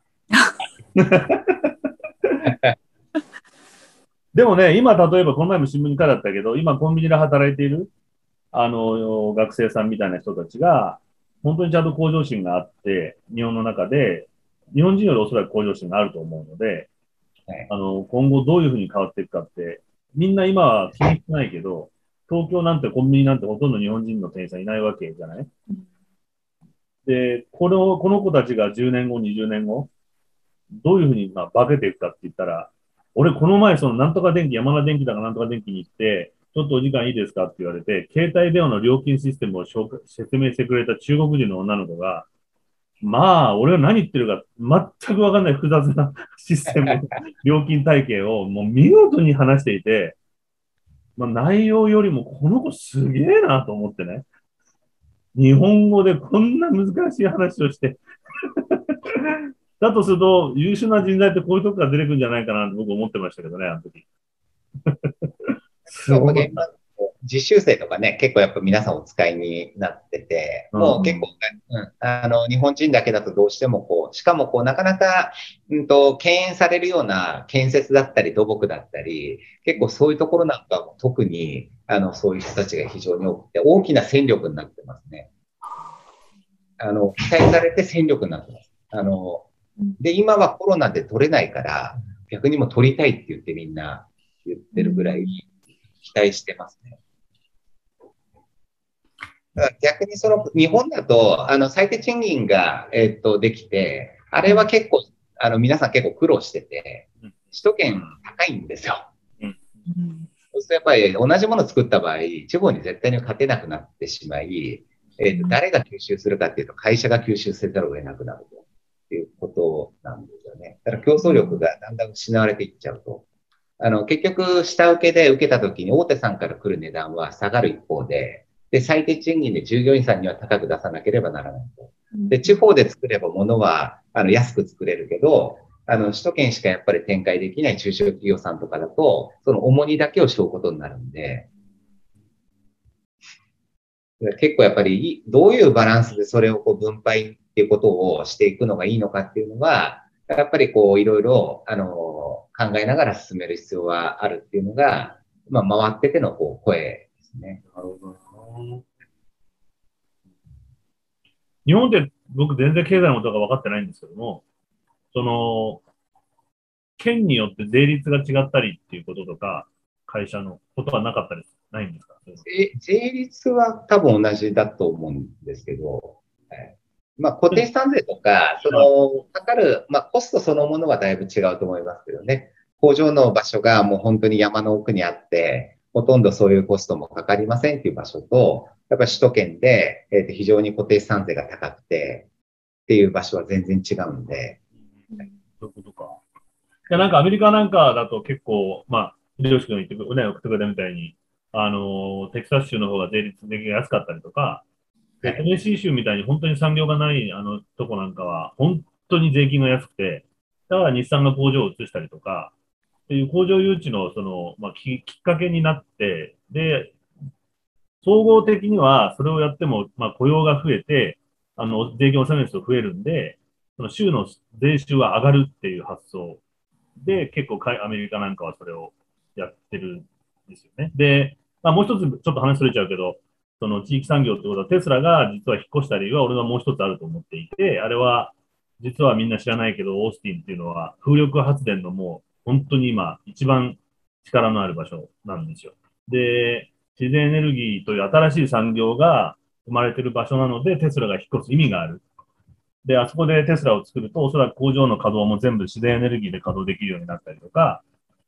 でもね、今例えばこの前も新聞に書いてあったけど、今コンビニで働いている、あの、学生さんみたいな人たちが、本当にちゃんと向上心があって、日本の中で、日本人よりおそらく向上心があると思うので、はい、あの、今後どういうふうに変わっていくかって、みんな今は気にしてないけど、東京なんてコンビニなんてほとんど日本人の店員さんいないわけじゃない？で、この、この子たちがじゅうねんご、にじゅうねんご、どういうふうにまあ化けていくかって言ったら、俺この前そのなんとか電気、山田電機だかなんとか電機に行って、ちょっとお時間いいですかって言われて、携帯電話の料金システムを説明してくれた中国人の女の子が、まあ、俺は何言ってるか全くわかんない複雑なシステム、料金体系をもう見事に話していて、まあ、内容よりもこの子すげえなと思ってね。日本語でこんな難しい話をしてだとすると、優秀な人材ってこういうとこから出てくるんじゃないかなと僕思ってましたけどね、あの時。 すごい。実習生とかね、結構やっぱ皆さんお使いになってて、もう結構、うん、あの、日本人だけだとどうしてもこう、しかもこう、なかなか、うんと、敬遠されるような建設だったり土木だったり、結構そういうところなんかも特に、あの、そういう人たちが非常に多くて、大きな戦力になってますね。あの、期待されて戦力になってます。あの、で、今はコロナで取れないから、逆にも取りたいって言ってみんな言ってるぐらい期待してますね。だから逆にその日本だと、あの、最低賃金が、えっと、できて、あれは結構、あの、皆さん結構苦労してて、首都圏高いんですよ。そうするとやっぱり同じものを作った場合、地方に絶対に勝てなくなってしまい、えっと、誰が吸収するかっていうと、会社が吸収せざるを得なくなると。いうことなんですよね。だから競争力がだんだん失われていっちゃうと。あの、結局、下請けで受けたときに大手さんから来る値段は下がる一方で、で、最低賃金で従業員さんには高く出さなければならないと。で、地方で作れば物は、あの、安く作れるけど、あの、首都圏しかやっぱり展開できない中小企業さんとかだと、その重荷だけを背負うことになるんで、結構やっぱり、どういうバランスでそれをこう分配っていうことをしていくのがいいのかっていうのは、やっぱりこういろいろ、あの、考えながら進める必要はあるっていうのが、まあ回っててのこう声ですね。なるほど。 日本で僕全然経済のことが分かってないんですけども、その、県によって税率が違ったりっていうこととか、会社のことはなかったりないんですか？ 税率は多分同じだと思うんですけど、まあ、固定資産税とか、その、かかる、まあ、コストそのものはだいぶ違うと思いますけどね。工場の場所がもう本当に山の奥にあって、ほとんどそういうコストもかかりませんっていう場所と、やっぱり首都圏で、えーと、非常に固定資産税が高くてっていう場所は全然違うんで。 そういうことか。いや、なんかアメリカなんかだと結構、まあ、秀吉君言ってくれ、ね、送ってくれたみたいに、あの、テキサス州の方が税率的が安かったりとか、で、テネシー州みたいに本当に産業がないあのとこなんかは、本当に税金が安くて、だから日産が工場を移したりとか、っていう工場誘致のその、まあ、き、きっかけになって、で、総合的にはそれをやっても、まあ、雇用が増えて、あの、税金を納める人が増えるんで、その州の税収は上がるっていう発想で、結構アメリカなんかはそれをやってるんですよね。で、まあ、もう一つちょっと話それちゃうけど、その地域産業ってことはテスラが実は引っ越した理由は俺はもう一つあると思っていて、あれは実はみんな知らないけど、オースティンっていうのは風力発電のもう本当に今一番力のある場所なんですよ。で、自然エネルギーという新しい産業が生まれている場所なのでテスラが引っ越す意味がある。で、あそこでテスラを作るとおそらく工場の稼働も全部自然エネルギーで稼働できるようになったりとか、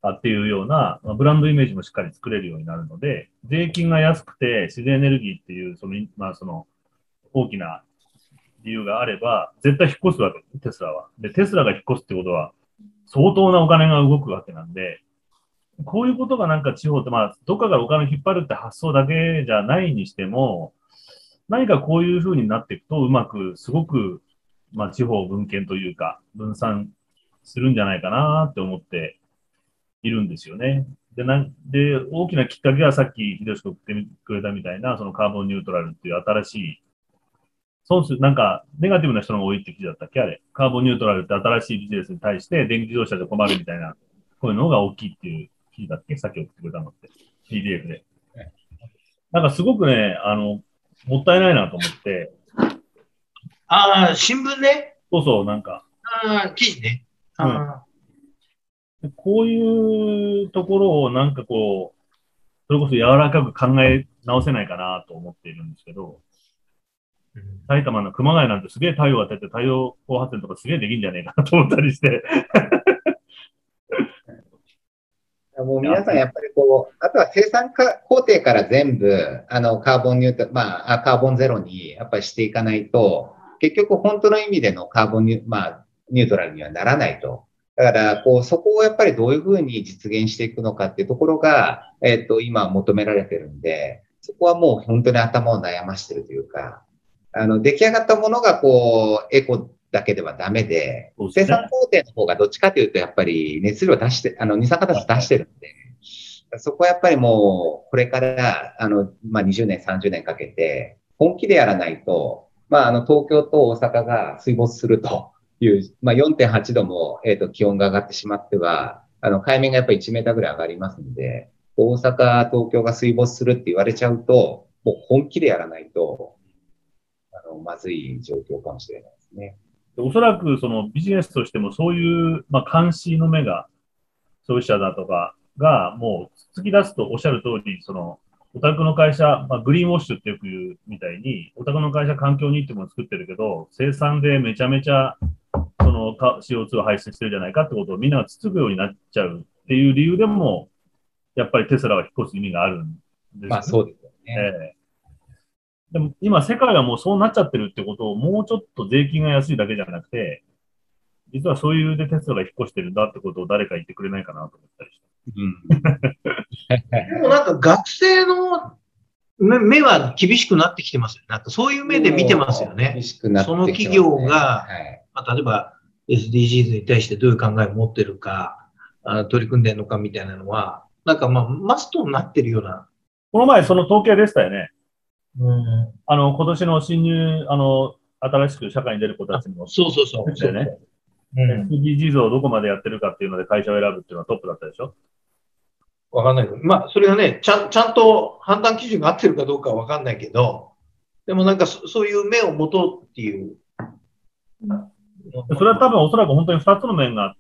あっていうような、まあ、ブランドイメージもしっかり作れるようになるので、税金が安くて自然エネルギーっていう、その、まあ、その、大きな理由があれば、絶対引っ越すわけです、テスラは。で、テスラが引っ越すってことは、相当なお金が動くわけなんで、こういうことがなんか地方って、まあ、どっかからお金を引っ張るって発想だけじゃないにしても、何かこういう風になっていくと、うまく、すごく、まあ、地方分権というか、分散するんじゃないかなって思っているんですよね。で、なんで、大きなきっかけはさっき、秀吉君言ってくれたみたいな、そのカーボンニュートラルっていう新しい、そうする、なんか、ネガティブな人の方が多いって記事だったっけあれ。カーボンニュートラルって新しいビジネスに対して、電気自動車で困るみたいな、こういうのが大きいっていう記事だっけさっき送ってくれたのって。ピーディーエフ で。なんかすごくね、あの、もったいないなと思って。 ああ、新聞ね。 そうそう、なんか。 ああ、記事ね。 うん、 あこういうところをなんかこう、それこそ柔らかく考え直せないかなと思っているんですけど、 うん、 埼玉の熊谷なんてすげえ太陽が当たって太陽光発電とかすげえできんじゃねえかなと思ったりして。 もう皆さんやっぱりこう、あとは生産工程から全部、あの、カーボンニュート、まあ、カーボンゼロにやっぱりしていかないと、結局本当の意味でのカーボンニュ、まあ、ニュートラルにはならないと。だから、こう、そこをやっぱりどういうふうに実現していくのかっていうところが、えっと、今求められてるんで、そこはもう本当に頭を悩ましてるというか、あの、出来上がったものがこう、エコだけではダメで、生産工程の方がどっちかというと、やっぱり熱量出して、あの、二酸化炭素出してるんで、そこはやっぱりもう、これから、あの、まあ、にじゅうねん、さんじゅうねんかけて、本気でやらないと、まあ、あの、東京と大阪が水没するという、まあ、よんてんはちども、えっと、気温が上がってしまっては、あの、海面がやっぱりいちメーターぐらい上がりますんで、大阪、東京が水没するって言われちゃうと、もう本気でやらないと、あの、まずい状況かもしれないですね。 おそらくそのビジネスとしてもそういう、まあ、監視の目が消費者だとかがもう突き出すとおっしゃる通り、そのお宅の会社、まあ、グリーンウォッシュってよく言うみたいに、お宅の会社環境にいいってものを作ってるけど、生産でめちゃめちゃその シーオーツー を排出してるじゃないかってことをみんながつつくようになっちゃうっていう理由でも、やっぱりテスラは引っ越す意味があるんですよね。 まあそうですよね。 えーでも今世界がもうそうなっちゃってるってことをもうちょっと税金が安いだけじゃなくて、実はそういうでテスラが引っ越してるんだってことを誰か言ってくれないかなと思ったりして。 うん、でもなんか学生の目は厳しくなってきてますよね。なんかそういう目で見てますよね。 厳しくなってきてますね。 その企業が、 はいまあ、例えば エスディージーズ に対してどういう考えを持ってるか、あ取り組んでるのかみたいなのは、なんかまあマストになってるような。 この前その統計でしたよね。 うん、 あの、今年の新入、あの、新しく社会に出る子たちも、 そうそうそう。 そうね。 うん、 エスディージーズ をどこまでやってるかっていうので会社を選ぶっていうのはトップだったでしょ。 わかんないけど。まあ、それがね、ちゃん、ちゃんと判断基準が合ってるかどうかはわかんないけど、でもなんかそ、そういう目を持とうっていう。 それは多分おそらく本当に二つの面があって、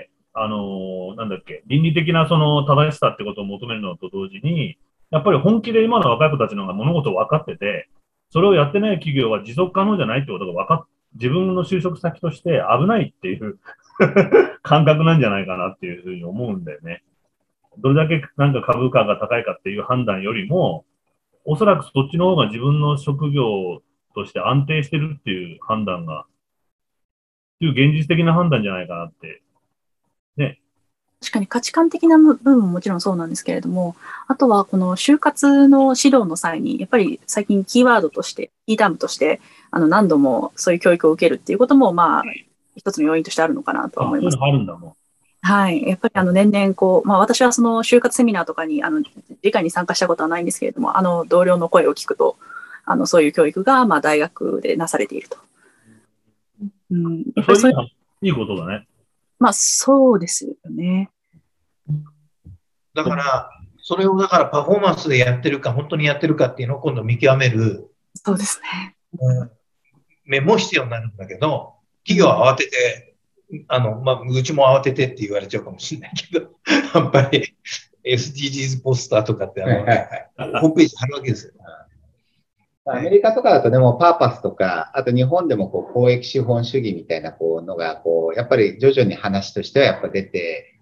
あのー、なんだっけ、倫理的なその正しさってことを求めるのと同時に、やっぱり本気で今の若い子たちの方が物事を分かってて、それをやってない企業は持続可能じゃないってことが分かっ、自分の就職先として危ないっていう感覚なんじゃないかなっていうふうに思うんだよね。どれだけなんか株価が高いかっていう判断よりも、おそらくそっちの方が自分の職業として安定してるっていう判断が、っていう現実的な判断じゃないかなって。ね。 確かに価値観的な部分ももちろんそうなんですけれども、あとはこの就活の指導の際に、やっぱり最近キーワードとして、キータームとして、あの何度もそういう教育を受けるっていうことも、まあ、一つの要因としてあるのかなとは思います。 あ、そういうのあるんだもん。 はい。やっぱりあの年々こう、まあ私はその就活セミナーとかに、あの、理解に参加したことはないんですけれども、あの同僚の声を聞くと、あの、そういう教育が、まあ大学でなされていると。うん。やっぱりそういう。 いいことだね。 まあそうですよね。 だから、それをだからパフォーマンスでやってるか、本当にやってるかっていうのを今度見極める。 そうですね。 うん、目も必要になるんだけど、企業は慌てて、あの、まあ、うちも慌ててって言われちゃうかもしれないけど、やっぱり エスディージーズ ポスターとかってあの、はいはいはい、ホームページ貼るわけですよ。 アメリカとかだとでもパーパスとか、あと日本でもこう公益資本主義みたいなこうのがこう、やっぱり徐々に話としてはやっぱ出て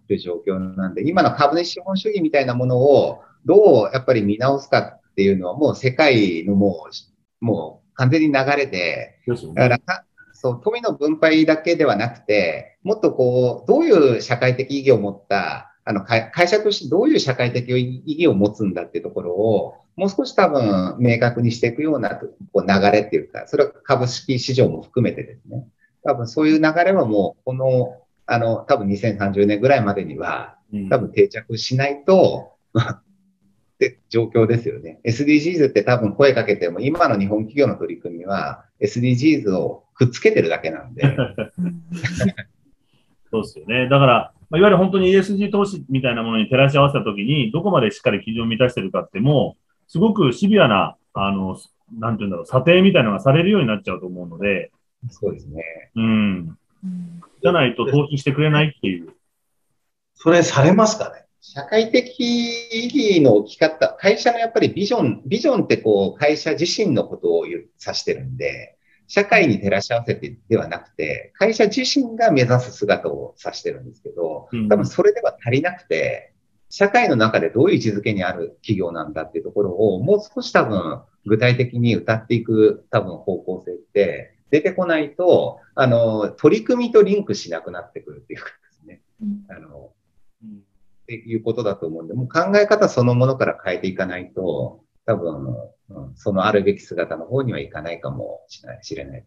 る状況なんで、今の株主資本主義みたいなものをどうやっぱり見直すかっていうのはもう世界のもう、もう完全に流れで、だからかそう富の分配だけではなくて、もっとこう、どういう社会的意義を持った、あの会会社としてどういう社会的意義を持つんだっていうところを、もう少し多分明確にしていくようなこう流れっていうか、それは株式市場も含めてですね、多分そういう流れはもう、この、あの、多分にせんさんじゅうねんぐらいまでには、多分定着しないと、って状況ですよね。エスディージーズ って多分声かけても、今の日本企業の取り組みは エスディージーズ をくっつけてるだけなんで。 そうですよね。だから、まあ、いわゆる本当に イーエスジー 投資みたいなものに照らし合わせたときに、どこまでしっかり基準を満たしてるかってもう、すごくシビアな、あの、なんていうんだろう、査定みたいなのがされるようになっちゃうと思うので、 そうですね。 うん。じゃないと投資してくれないっていう。 それされますかね？ 社会的意義の置き方、会社のやっぱりビジョン、ビジョンってこう、会社自身のことを指してるんで、社会に照らし合わせてではなくて、会社自身が目指す姿を指してるんですけど、多分それでは足りなくて、社会の中でどういう位置づけにある企業なんだっていうところを、もう少し多分具体的に謳っていく多分方向性って出てこないと、あの、取り組みとリンクしなくなってくるっていうかですね。あのっていうことだと思うんで、もう考え方そのものから変えていかないと、多分、うん、そのあるべき姿の方にはいかないかもしれない。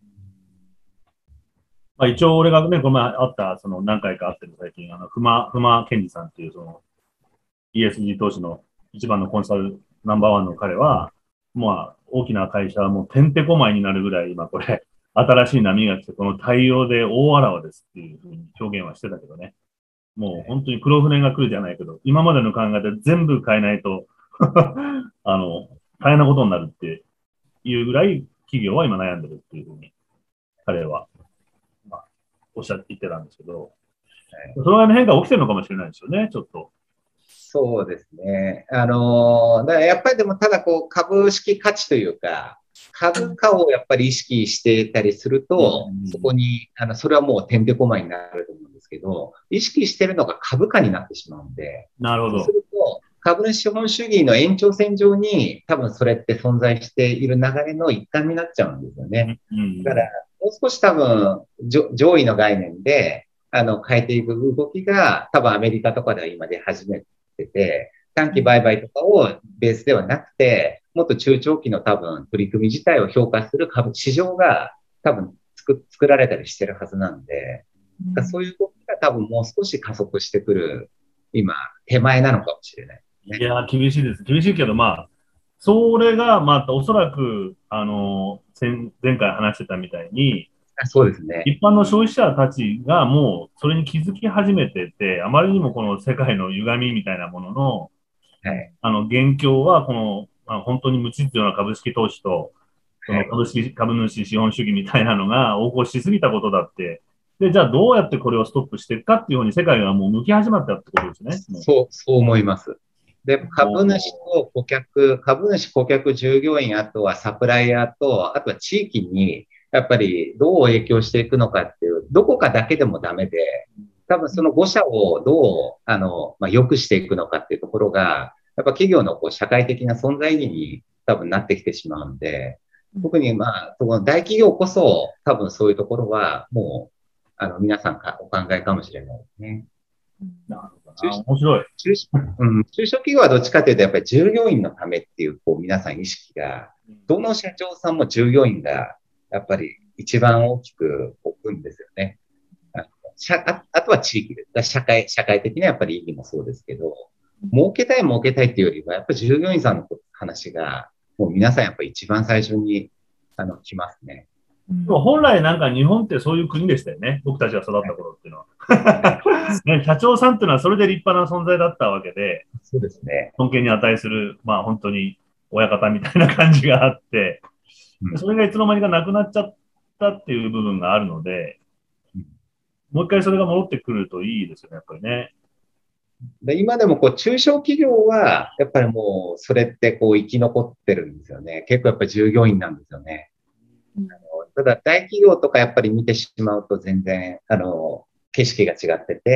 まあ、一応俺がね、この前会った、その何回か会ってる最近、あの、ふま、ふまけんじさんっていう、その、イーエスジー 投資の一番のコンサルナンバーワンの彼は、まあ、大きな会社はもうてんてこまいになるぐらい、今これ、新しい波が来て、この対応で大あらわですっていうふうに表現はしてたけどね。もう本当に黒船が来るじゃないけど、今までの考えで全部変えないと、あの、大変なことになるっていうぐらい企業は今悩んでるっていうふうに、彼は、まあ、おっしゃって言ってたんですけど、そのぐらいの変化が起きてるのかもしれないですよね、ちょっと。 そうですね。あの、だからやっぱりでもただこう株式価値というか、株価をやっぱり意識していたりすると、うん、そこに、あの、それはもうてんてこまいになると思うんですけど、意識してるのが株価になってしまうんで、 なるほど。 そうすると、株主資本主義の延長線上に多分それって存在している流れの一環になっちゃうんですよね。うん、だから、もう少し多分、上位の概念で、あの、変えていく動きが、多分アメリカとかでは今出始めてて、短期売買とかをベースではなくて、もっと中長期の多分取り組み自体を評価する株、市場が多分作、作られたりしてるはずなんで、うん、そういう動きが多分もう少し加速してくる、今、手前なのかもしれない、ね。 いや、厳しいです。厳しいけど、まあ、それが、まあ、おそらく、あの、前前回話してたみたいに、 そうですね。 一般の消費者たちがもうそれに気づき始めてて、あまりにもこの世界の歪みみたいなものの、はい、あの、現況はこの、まあ、本当に無秩序な株式投資と、その株式、株主資本主義みたいなのが横行しすぎたことだって、で、じゃあどうやってこれをストップしていくかっていうふうに世界がもう向き始まったってことですね。 そう、そう思います。で、株主と顧客、株主、顧客、従業員、あとはサプライヤーと、あとは地域に、やっぱりどう影響していくのかっていう、どこかだけでもダメで、多分そのご社をどう、あの、まあ、良くしていくのかっていうところが、やっぱ企業のこう社会的な存在意義に多分なってきてしまうんで、特にまあ、その大企業こそ多分そういうところはもう、あの、皆さんかお考えかもしれないですね。 なるほどな。面白い。 中小、うん、中小企業はどっちかというと、やっぱり従業員のためっていう、こう、皆さん意識が、どの社長さんも従業員が、やっぱり一番大きく置くんですよね。あああとは地域です。社会、社会的なやっぱり意義もそうですけど、儲けたい儲けたいっていうよりは、やっぱり従業員さんの話が、もう皆さんやっぱり一番最初に、あの、来ますね。 でも本来なんか日本ってそういう国でしたよね。僕たちが育った頃っていうのは。ね、社長さんっていうのはそれで立派な存在だったわけで、 そうですね。 尊敬に値する、まあ本当に親方みたいな感じがあって、うん、それがいつの間にかなくなっちゃったっていう部分があるので、うん、もう一回それが戻ってくるといいですよね、やっぱりね。 で今でもこう中小企業は、やっぱりもうそれってこう生き残ってるんですよね。結構やっぱり従業員なんですよね。うん、あのただ大企業とかやっぱり見てしまうと全然、あの、景色が違ってて、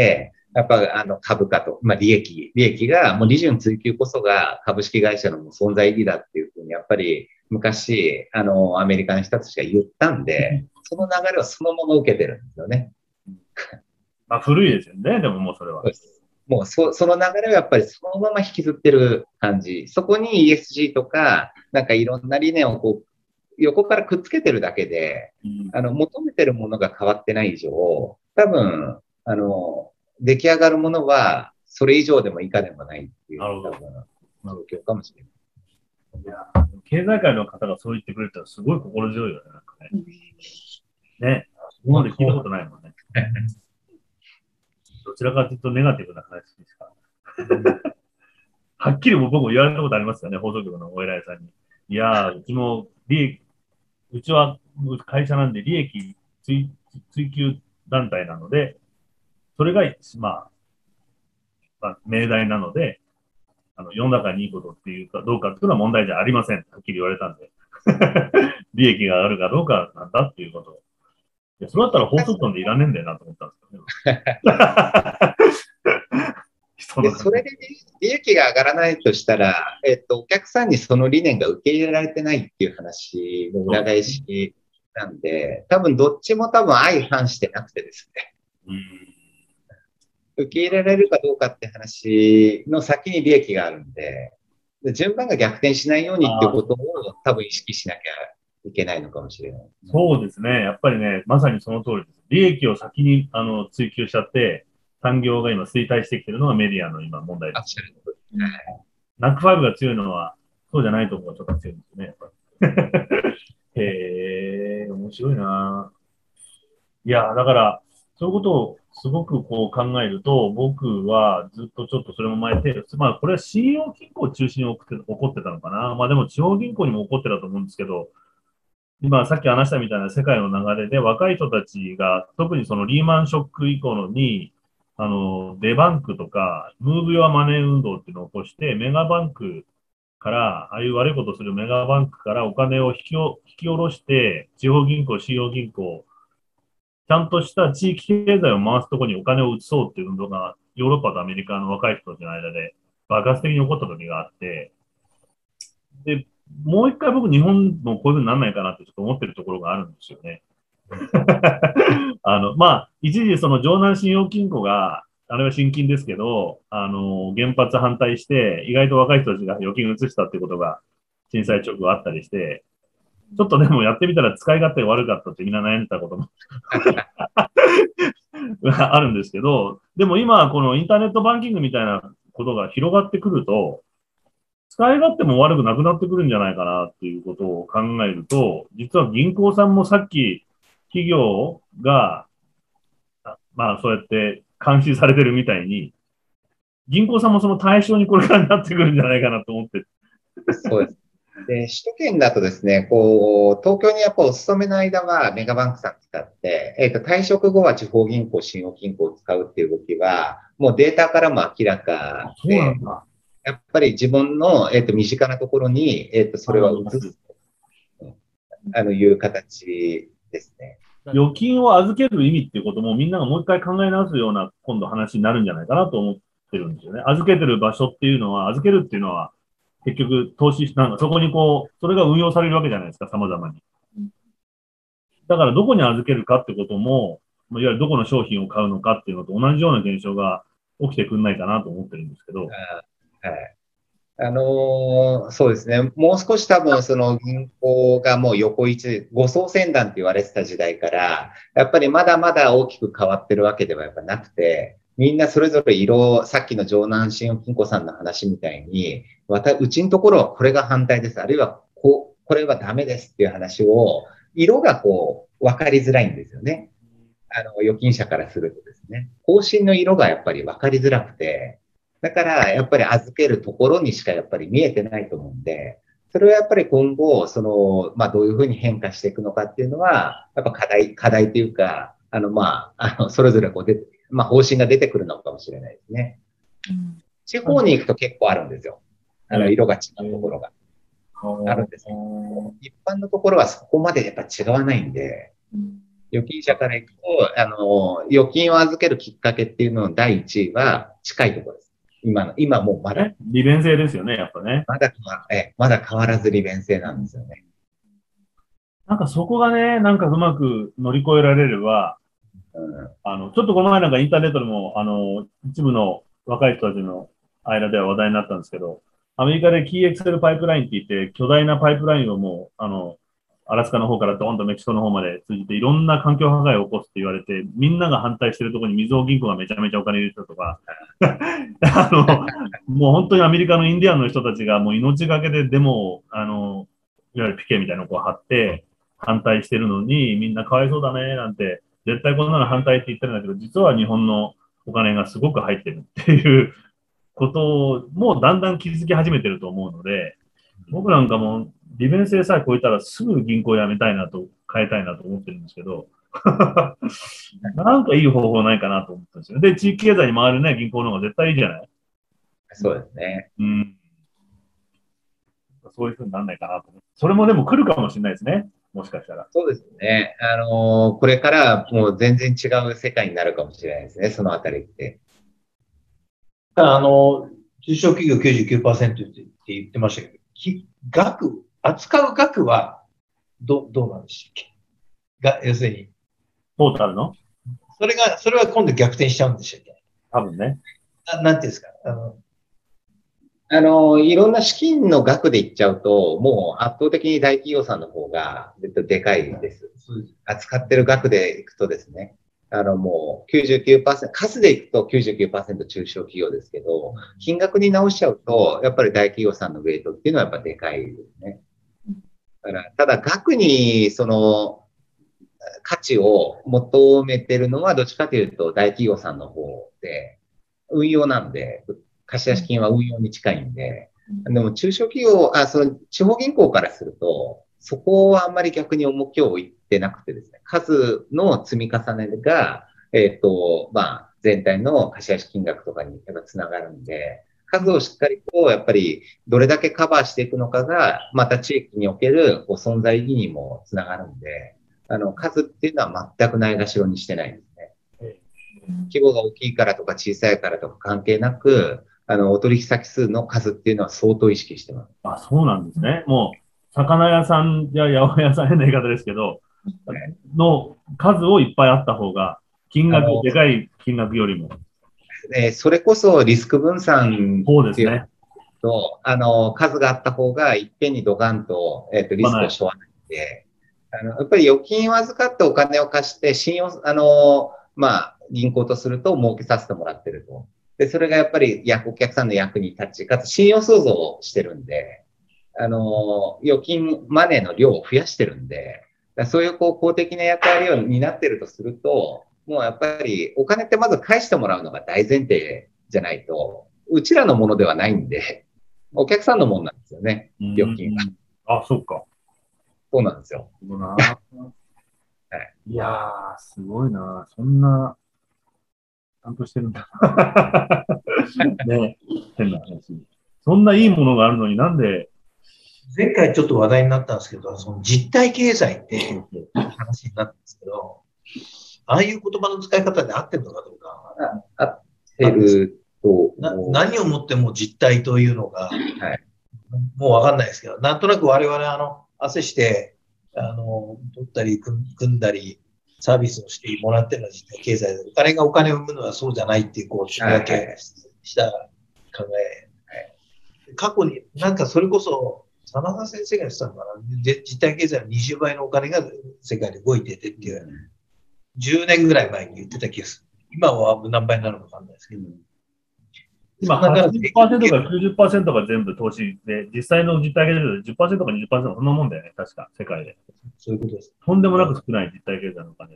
やっぱあの株価と、まあ利益、利益がもう利潤追求こそが株式会社の存在意義だっていうふうにやっぱり昔、あの、アメリカの人たちが言ったんで、その流れをそのまま受けてるんですよね。 まあ古いですよね、でももうそれは。 そうです。もうそ、その流れをやっぱりそのまま引きずってる感じ。そこに イーエスジー とか、なんかいろんな理念をこう、横からくっつけてるだけで、 うん、 あの、求めてるものが変わってない以上、多分、あの、出来上がるものは、それ以上でも以下でもないっていう、多分、状況かもしれない。 いや、経済界の方がそう言ってくれたらすごい心強いよね、なんかね。ね、今まで聞いたことないもんね。どちらかというとネガティブな話ですか。はっきり僕も言われたことありますよね、放送局のお偉いさんに。いやー、うちも利益、うちは会社なんで利益追、追求団体なので、それが、まあ、まあ、命題なので、あの、世の中にいいことっていうかどうかっていうのは問題じゃありません。はっきり言われたんで。利益があるかどうかなんだっていうこと。いや、それだったら放送局でいらねえんだよなと思ったんですけどね。 でそれで利益が上がらないとしたら、えっと、お客さんにその理念が受け入れられてないっていう話の裏返しなんで、多分どっちも多分相反してなくてですね。うん受け入れられるかどうかって話の先に利益があるんで、順番が逆転しないようにっていうことを多分意識しなきゃいけないのかもしれない。 そうですね。やっぱりね、まさにその通りです。利益を先にあの追求しちゃって、産業が今衰退してきてるのがメディアの今問題です。ナックファイブが強いのは、そうじゃないところがちょっと強いんですね。へー、面白いな。いや、だから、そういうことをすごくこう考えると、僕はずっとちょっとそれも前で、まあこれは信用金庫を中心に起こってたのかな。まあでも地方銀行にも起こってたと思うんですけど、今さっき話したみたいな世界の流れで若い人たちが特にそのリーマンショック以降のに、あの、デバンクとか、ムーブ・ヨア・マネー運動っていうのを起こして、メガバンクから、ああいう悪いことをするメガバンクからお金を引きお引き下ろして、地方銀行、信用銀行、ちゃんとした地域経済を回すところにお金を移そうっていう運動が、ヨーロッパとアメリカの若い人たちの間で爆発的に起こった時があって、で、もう一回僕日本もこういう風にならないかなってちょっと思ってるところがあるんですよね。あの、まあ、一時その城南信用金庫が、あれは新金ですけど、あの、原発反対して、意外と若い人たちが預金移したっていうことが震災直後あったりして、ちょっとでもやってみたら使い勝手が悪かったってみんな悩んでたこともあるんですけど、でも今このインターネットバンキングみたいなことが広がってくると、使い勝手も悪くなくなってくるんじゃないかなっていうことを考えると、実は銀行さんもさっき企業が、まあそうやって監視されてるみたいに、銀行さんもその対象にこれからなってくるんじゃないかなと思って。 そうです。で、首都圏だとですね、こう、東京にやっぱお勤めの間はメガバンクさん使って、えっと、退職後は地方銀行、信用金庫を使うっていう動きは、もうデータからも明らかで、 そうなんだ。 やっぱり自分の、えっと、身近なところに、えっと、それは移す、あの、いう形ですね。 預金を預ける意味っていうこともみんながもう一回考え直すような今度話になるんじゃないかなと思ってるんですよね。預けてる場所っていうのは、預けるっていうのは、結局投資し、なんかそこにこう、それが運用されるわけじゃないですか、様々に。だからどこに預けるかってことも、いわゆるどこの商品を買うのかっていうのと同じような現象が起きてくんないかなと思ってるんですけど。 はい。あのー、そうですね。もう少し多分その銀行がもう横一、護送船団って言われてた時代から、やっぱりまだまだ大きく変わってるわけではやっぱなくて、みんなそれぞれ色、さっきの城南信用金庫さんの話みたいに、わた、うちのところはこれが反対です。あるいはこう、これはダメですっていう話を、色がこう、わかりづらいんですよね。あの、預金者からするとですね。方針の色がやっぱりわかりづらくて、だから、やっぱり預けるところにしかやっぱり見えてないと思うんで、それはやっぱり今後、その、まあ、どういうふうに変化していくのかっていうのは、やっぱ課題、課題というか、あの、まあ、あの、それぞれこうで、まあ、方針が出てくるのかもしれないですね。うん、地方に行くと結構あるんですよ。あの、色が違うところが。あるんですけど、一般のところはそこまでやっぱ違わないんで、 預金者からいくと、あの、預金を預けるきっかけっていうののだいいちいは近いところです。今の、今もうまだ。 利便性ですよね、やっぱね。 まだ、え、まだ変わらず利便性なんですよね。 なんかそこがね、なんかうまく乗り越えられれば、うん、あの、ちょっとこの前なんかインターネットでも、あの、一部の若い人たちの間では話題になったんですけど、アメリカで キーエックスエル パイプラインって言って、巨大なパイプラインをもう、あの、アラスカの方からドーンとメキシコの方まで通じて、いろんな環境破壊を起こすって言われて、みんなが反対してるところにみずほ銀行がめちゃめちゃお金入れてたとか、あの、もう本当にアメリカのインディアンの人たちがもう命がけでデモを、あの、いわゆるピケみたいなのをこう貼って、反対してるのに、みんなかわいそうだね、なんて、絶対こんなの反対って言ってるんだけど、実は日本のお金がすごく入ってるっていうことを、もうだんだん気づき始めてると思うので、僕なんかも利便性さえ超えたらすぐ銀行辞めたいなと、変えたいなと思ってるんですけど、なんかいい方法ないかなと思ったんですよ。で、地域経済に回るね、銀行の方が絶対いいじゃない？ そうですね。 うん。そういうふうにならないかなと思って。それもでも来るかもしれないですね。もしかしたら。 そうですね。あのー、これからもう全然違う世界になるかもしれないですね、そのあたりって。 あの、中小企業 きゅうじゅうきゅうパーセント って言ってましたけど、額、扱う額はど、どうなんでしたっけ？が、要するに。 トータルの？ それが、それは今度逆転しちゃうんでしたっけ？ 多分ね。 な、なんていうんですか？あの、 あの、いろんな資金の額で言っちゃうと、もう圧倒的に大企業さんの方がでかいです。扱ってる額でいくとですね、あのもう きゅうじゅうきゅうパーセント、数でいくと きゅうじゅうきゅうパーセント 中小企業ですけど、金額に直しちゃうと、やっぱり大企業さんのウェイトっていうのはやっぱでかいですね。だからただ額にその価値を求めてるのはどっちかというと大企業さんの方で、運用なんで、貸出金は運用に近いんで、でも中小企業、あ、その地方銀行からすると、そこはあんまり逆に重きを置いてなくてですね、数の積み重ねが、えっと、まあ、全体の貸出金額とかにやっぱつながるんで、数をしっかりと、やっぱりどれだけカバーしていくのかが、また地域におけるこう存在意義にもつながるんで、あの、数っていうのは全くないがしろにしてないんですね。規模が大きいからとか小さいからとか関係なく、あの、お取引先数の数っていうのは相当意識してます。 あ、そうなんですね。もう、魚屋さんや八百屋さん変な言い方ですけど、ね、の数をいっぱいあった方が、金額、でかい金額よりも。 えー、それこそリスク分散そうですね。 と、あの、数があった方が、いっぺんにドカンと、えっと、リスクを背負わないんで、あの、やっぱり預金を預かってお金を貸して、信用、あの、まあ、銀行とすると儲けさせてもらってると。で、それがやっぱりお客さんの役に立ち、かつ信用創造をしてるんで、あの、預金マネーの量を増やしてるんで、そういうこう公的な役割を担ってるとすると、もうやっぱりお金ってまず返してもらうのが大前提じゃないと、うちらのものではないんで、お客さんのものなんですよね、預金が。 あ、そっか。 そうなんですよ。 はい、いやー、すごいな。そんな、ちゃんとしてるんだ。ね、変な話。そんないいものがあるのになんで。 前回ちょっと話題になったんですけど、その実体経済って話になったんですけど、ああいう言葉の使い方で合ってるのかどうか。 合ってると。 な何をもっても実体というのが、はい、もうわかんないですけど、なんとなく我々あの、汗して、あの、取ったり組んだり、サービスをしてもらってるのは実体経済で、お金がお金を生むのはそうじゃないっていう、こう、仕分けした考え。はい、過去に、なんかそれこそ、真田先生が言ってたのかな、実体経済のにじゅうばいのお金が世界で動いててっていう、じゅうねんぐらい前に言ってた気がする。今は何倍になるのかわかんないですけど。 今、はちじゅっパーセントかきゅうじゅっパーセントが全部投資で、実際の実体経済で じゅっパーセントかにじゅっパーセント そんなもんだよね、確か、世界で。 そういうことです。 とんでもなく少ない実体経済のお金って。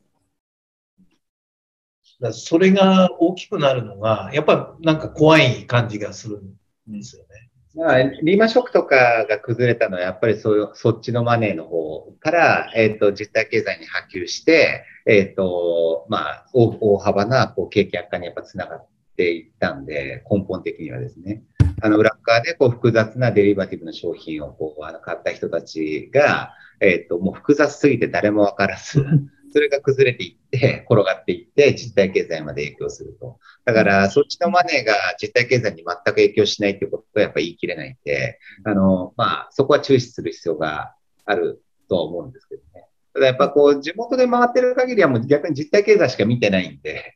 だそれが大きくなるのが、やっぱなんか怖い感じがするんですよね。 まあ、リーマンショックとかが崩れたのは、やっぱりそういう、そっちのマネーの方から、えっと、実体経済に波及して、えっと、まあ、大, 大幅な、こう、景気悪化にやっぱつながっていったんで、根本的にはですね。あの、裏側で、こう、複雑なデリバティブの商品を、こう、あの、買った人たちが、えっと、もう複雑すぎて誰もわからず、 それが崩れていって、転がっていって、実体経済まで影響すると。だから、そっちのマネーが実体経済に全く影響しないってことはやっぱり言い切れないんで、あの、まあ、そこは注視する必要があるとは思うんですけどね。ただやっぱこう、地元で回ってる限りはもう逆に実体経済しか見てないんで、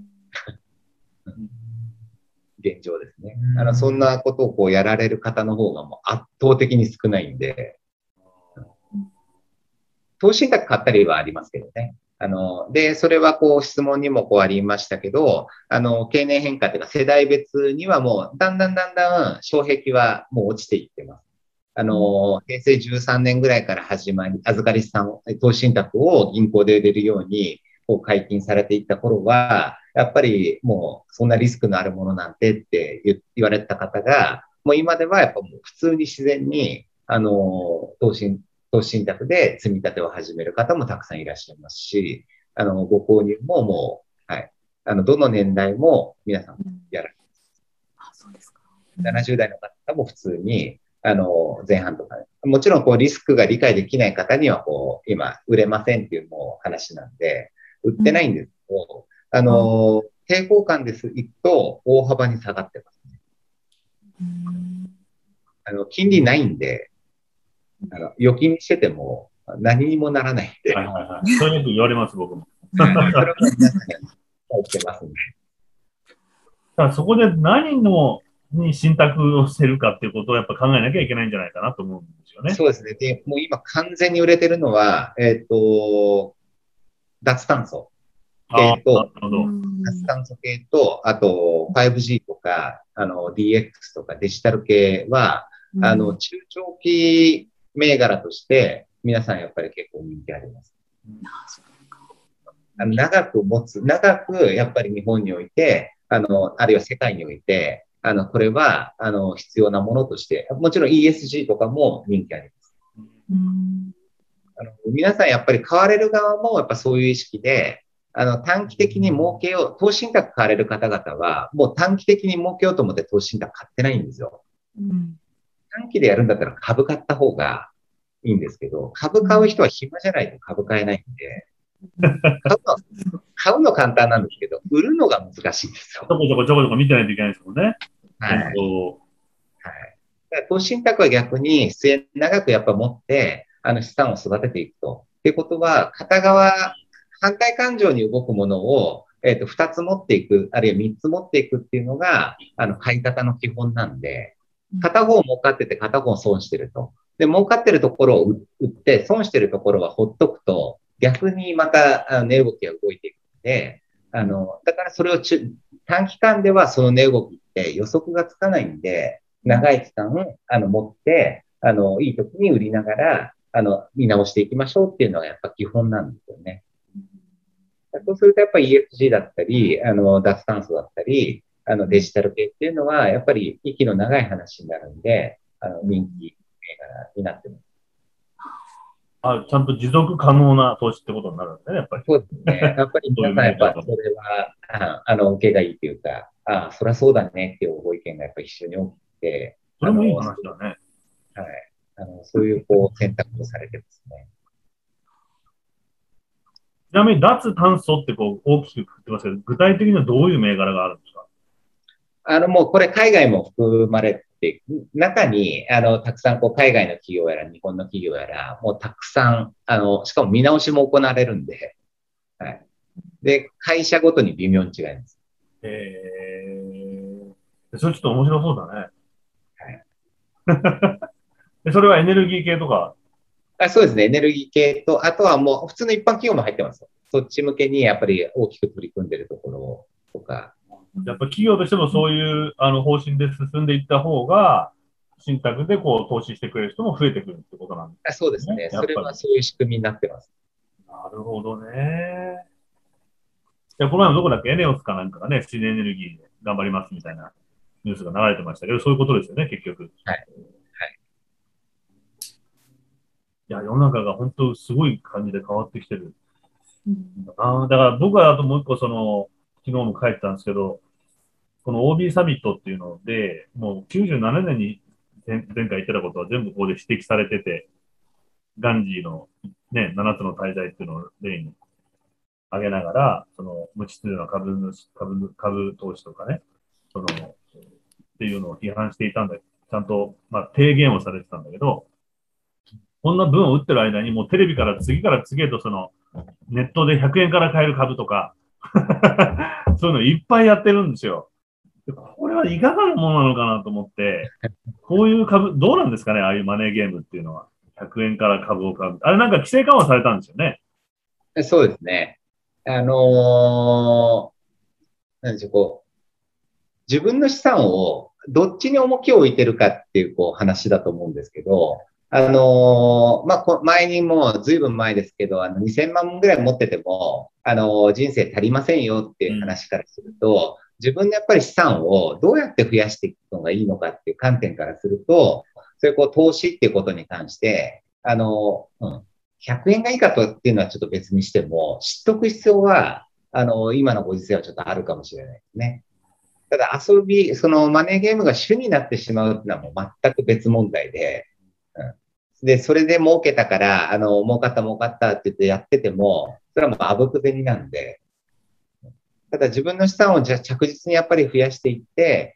現状ですね。あの、そんなことをこうやられる方の方がもう圧倒的に少ないんで、投資信託買ったりはありますけどね。あの、で、それはこう質問にもこうありましたけど、あの、経年変化というか世代別にはもうだんだんだんだん障壁はもう落ちていってます。あの、へいせいじゅうさんねんぐらいから始まり、預かり資産、投資信託を銀行で売れるように、こう解禁されていった頃は、やっぱりもうそんなリスクのあるものなんてって言われた方が、もう今ではやっぱもう普通に自然に、あの、投資、投資信託で積み立てを始める方もたくさんいらっしゃいますし、あの、ご購入ももう、はい。あの、どの年代も皆さんやられます。 あ、そうですか。 ななじゅう代の方も普通に、あの、前半とか、ね、もちろんこうリスクが理解できない方にはこう、今売れませんっていうもう話なんで、売ってないんですけど、あの、抵抗感です行くと大幅に下がってますね。あの、金利ないんで、あの預金してても何にもならないんで。 はいはいはい。そういうふうに言われます、僕も。 それは皆さんに言ってますんで。 だからそこで何のに信託をしてるかっていうことをやっぱ考えなきゃいけないんじゃないかなと思うんですよね。 そうですね。で、もう今完全に売れてるのは、えっと、脱炭素系と、脱炭素系と、あと ファイブジー とか、あの ディーエックス とかデジタル系は、あの、中長期銘柄として皆さんやっぱり結構人気あります。あの長く持つ、長くやっぱり日本において、あの、あるいは世界において、あの、これは、あの、必要なものとして、もちろん イーエスジー とかも人気あります。あの皆さんやっぱり買われる側もやっぱそういう意識で、あの、短期的に儲けよう、投資信託買われる方々は、もう短期的に儲けようと思って投資信託買ってないんですよ。うん短期でやるんだったら株買った方がいいんですけど、株買う人は暇じゃないと株買えないんで、買うの、買うの簡単なんですけど、売るのが難しいんですよ。 ちょこちょこちょこちょこ見てないといけないですもんね。 はい。はい。だから投資信託は逆に末長くやっぱ持って、あの資産を育てていくと。っていうことは、片側、反対感情に動くものを、えっと、二つ持っていく、あるいは三つ持っていくっていうのが、あの、買い方の基本なんで、片方儲かってて片方損してると。で、儲かってるところを売って、損してるところはほっとくと、逆にまた値動きが動いていくので、あの、だからそれを短期間ではその値動きって予測がつかないんで、長い期間、あの、持って、あの、いい時に売りながら、あの、見直していきましょうっていうのがやっぱ基本なんですよね。そうするとやっぱり イーエスジー だったり、あの、脱炭素だったり、あのデジタル系っていうのは、やっぱり息の長い話になるんで、あの人気銘柄になってます。 あ、ちゃんと持続可能な投資ってことになるんですね、やっぱり。 そうですね。やっぱり皆さんやっぱそれは、ああの、受けがいいというか、ああ、そりゃそうだねっていうご意見がやっぱり一緒に大きくて。 それもいい話だね。 はい。あの、そういうこう選択をされてますね。 ちなみに脱炭素ってこう大きく言ってますけど、具体的にはどういう銘柄があるんですか？ あの、もうこれ海外も含まれて、中に、あの、たくさんこう海外の企業やら日本の企業やら、もうたくさん、あの、しかも見直しも行われるんで、はい。で、会社ごとに微妙に違います。 へー。それちょっと面白そうだね。はい。でそれはエネルギー系とか？ あ、そうですね。エネルギー系と、あとはもう普通の一般企業も入ってます。そっち向けにやっぱり大きく取り組んでるところとか。 やっぱ企業としてもそういうあの方針で進んでいった方が、信託でこう投資してくれる人も増えてくるってことなんですね。 あ、そうですね。それはそういう仕組みになってます。 なるほどね。いや、この前もどこだっけエネオスかなんかがね、自然エネルギーで頑張りますみたいなニュースが流れてましたけど、そういうことですよね、結局。 はい。はい。 いや、世の中が本当すごい感じで変わってきてる。うん、だから僕はあともう一個その、昨日も帰ったんですけど、この オービー サミットっていうので、もうきゅうじゅうななねんに前回言ってたことは全部ここで指摘されてて、ガンジーのね、ななつの大罪っていうのを例に上げながら、その無秩序な株主株、株投資とかね、その、っていうのを批判していたんだけど、ちゃんと、まあ、提言をされてたんだけど、こんな文を打ってる間に、もうテレビから次から次へとその、ネットでひゃくえんから買える株とか、そういうのいっぱいやってるんですよ。これはいかがなものなのかなと思って、こういう株、どうなんですかね、ああいうマネーゲームっていうのは。ひゃくえんから株を買う。あれなんか規制緩和されたんですよね。 そうですね。あのー、なんでしょう、こう、自分の資産をどっちに重きを置いてるかっていうこう話だと思うんですけど、あのー、まあ、前にもずいぶん前ですけど、あのにせんまんぐらい持ってても、あのー、人生足りませんよっていう話からすると、うん、自分のやっぱり資産をどうやって増やしていくのがいいのかっていう観点からすると、そういうこう投資っていうことに関して、あのー、うん、ひゃくえんがいいかとっていうのはちょっと別にしても、知っとく必要は、あのー、今のご時世はちょっとあるかもしれないですね。ただ遊び、そのマネーゲームが主になってしまうっていうのはもう全く別問題で、うん、で、それで儲けたから、あの、儲かった儲かったって言ってやってても、それはもうあぶく銭なんで、ただ自分の資産をじゃ着実にやっぱり増やしていって、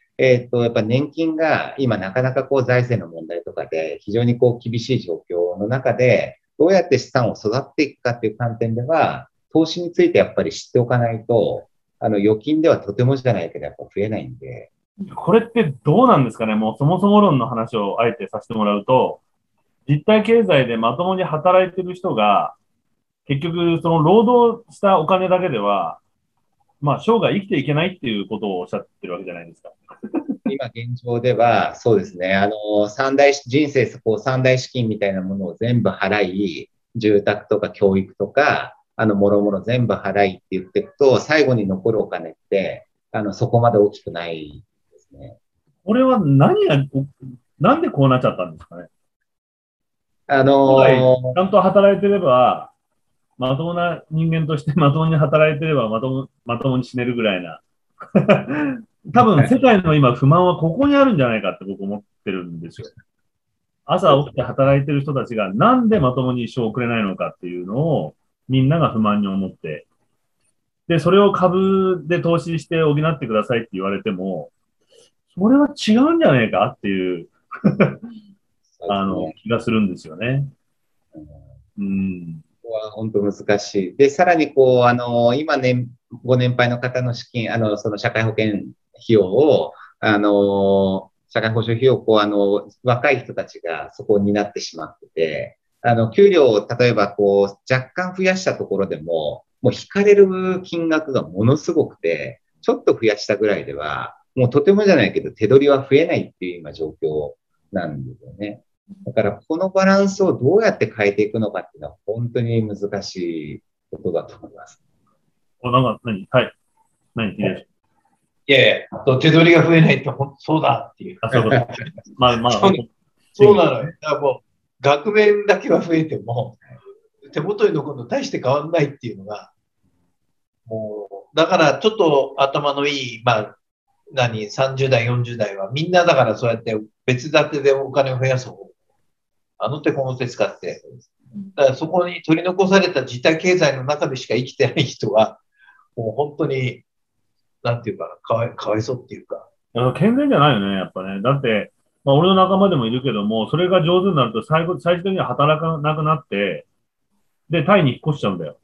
えっと、やっぱ年金が今なかなかこう財政の問題とかで非常にこう厳しい状況の中で、どうやって資産を育っていくかっていう観点では、投資についてやっぱり知っておかないと、あの、預金ではとてもじゃないけど、やっぱ増えないんで。 これってどうなんですかね。もうそもそも論の話をあえてさせてもらうと、実体経済でまともに働いてる人が、結局その労働したお金だけでは、まあ生涯生きていけないっていうことをおっしゃってるわけじゃないですか。 今現状では、そうですね。あの、三大、人生こう三大資金みたいなものを全部払い、住宅とか教育とか、あの、もろもろ全部払いって言っていくと、最後に残るお金って、あの、そこまで大きくないですね。 これは何が、なんでこうなっちゃったんですかね。 あのー、ちゃんと働いてれば、まともな人間としてまともに働いてればまとも、まともに死ねるぐらいな。多分世界の今不満はここにあるんじゃないかって僕思ってるんですよ。朝起きて働いてる人たちがなんでまともに一生送れないのかっていうのをみんなが不満に思って、で、それを株で投資して補ってくださいって言われても、それは違うんじゃないかっていうあの気がするんですよね。うん。 ここは本当難しい。で、さらにこう、あの、今ね、ご年配の方の資金、あの、その社会保険費用を、あの、社会保障費用をこう、あの、若い人たちがそこになってしまってて、あの、給料を例えばこう、若干増やしたところでも、もう引かれる金額がものすごくて、ちょっと増やしたぐらいでは、もうとてもじゃないけど手取りは増えないっていう今状況なんですよね。だからこのバランスをどうやって変えていくのかっていうのは本当に難しいことだと思います。 お、なんか何はい。何いいですいやいや、手取りが増えないってそうだっていう。 あ、そういうこと。まあまあ。 そうそうなのよ。だからもう、額面だけは増えても、手元に残るの大して変わんないっていうのが、もう、だからちょっと頭のいい、まあ、何、さんじゅう代、よんじゅう代はみんなだからそうやって別立てでお金を増やす方法。あの手この手使って。だからそこに取り残された実体経済の中でしか生きてない人は、もう本当に、なんていうかな、かわい、かわいそうっていうか。 健全じゃないよね、やっぱね。だって、まあ俺の仲間でもいるけども、それが上手になると最後、最終的には働かなくなって、で、タイに引っ越しちゃうんだよ。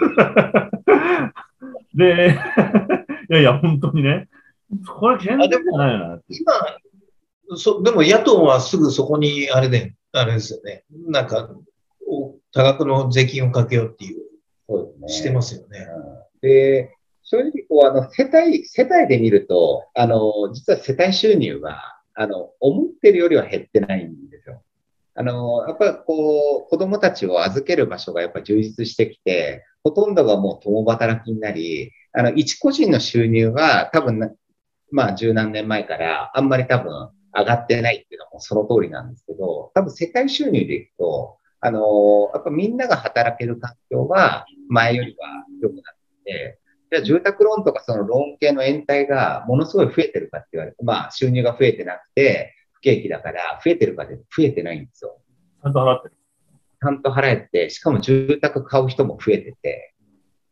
で、いやいや、本当にね。これ健全じゃないよなって。 今、そ、でも野党はすぐそこに、あれで、あれですよね。なんか、多額の税金をかけようっていう、 そうですね。 してますよね。 うん、で、正直、こう、あの、世帯、世帯で見ると、あの、実は世帯収入は、あの、思ってるよりは減ってないんですよ。あの、やっぱりこう、子供たちを預ける場所がやっぱ充実してきて、ほとんどがもう共働きになり、あの、一個人の収入は多分、まあ、十何年前からあんまり多分上がってないっていうのもその通りなんですけど、多分世帯収入でいくと、あの、やっぱみんなが働ける環境は前よりは良くなってて、じゃあ住宅ローンとかそのローン系の延滞がものすごい増えてるかって言われて、まあ収入が増えてなくて、不景気だから増えてるかで増えてないんですよ。 ちゃんと払ってる。 ちゃんと払えて、しかも住宅買う人も増えてて、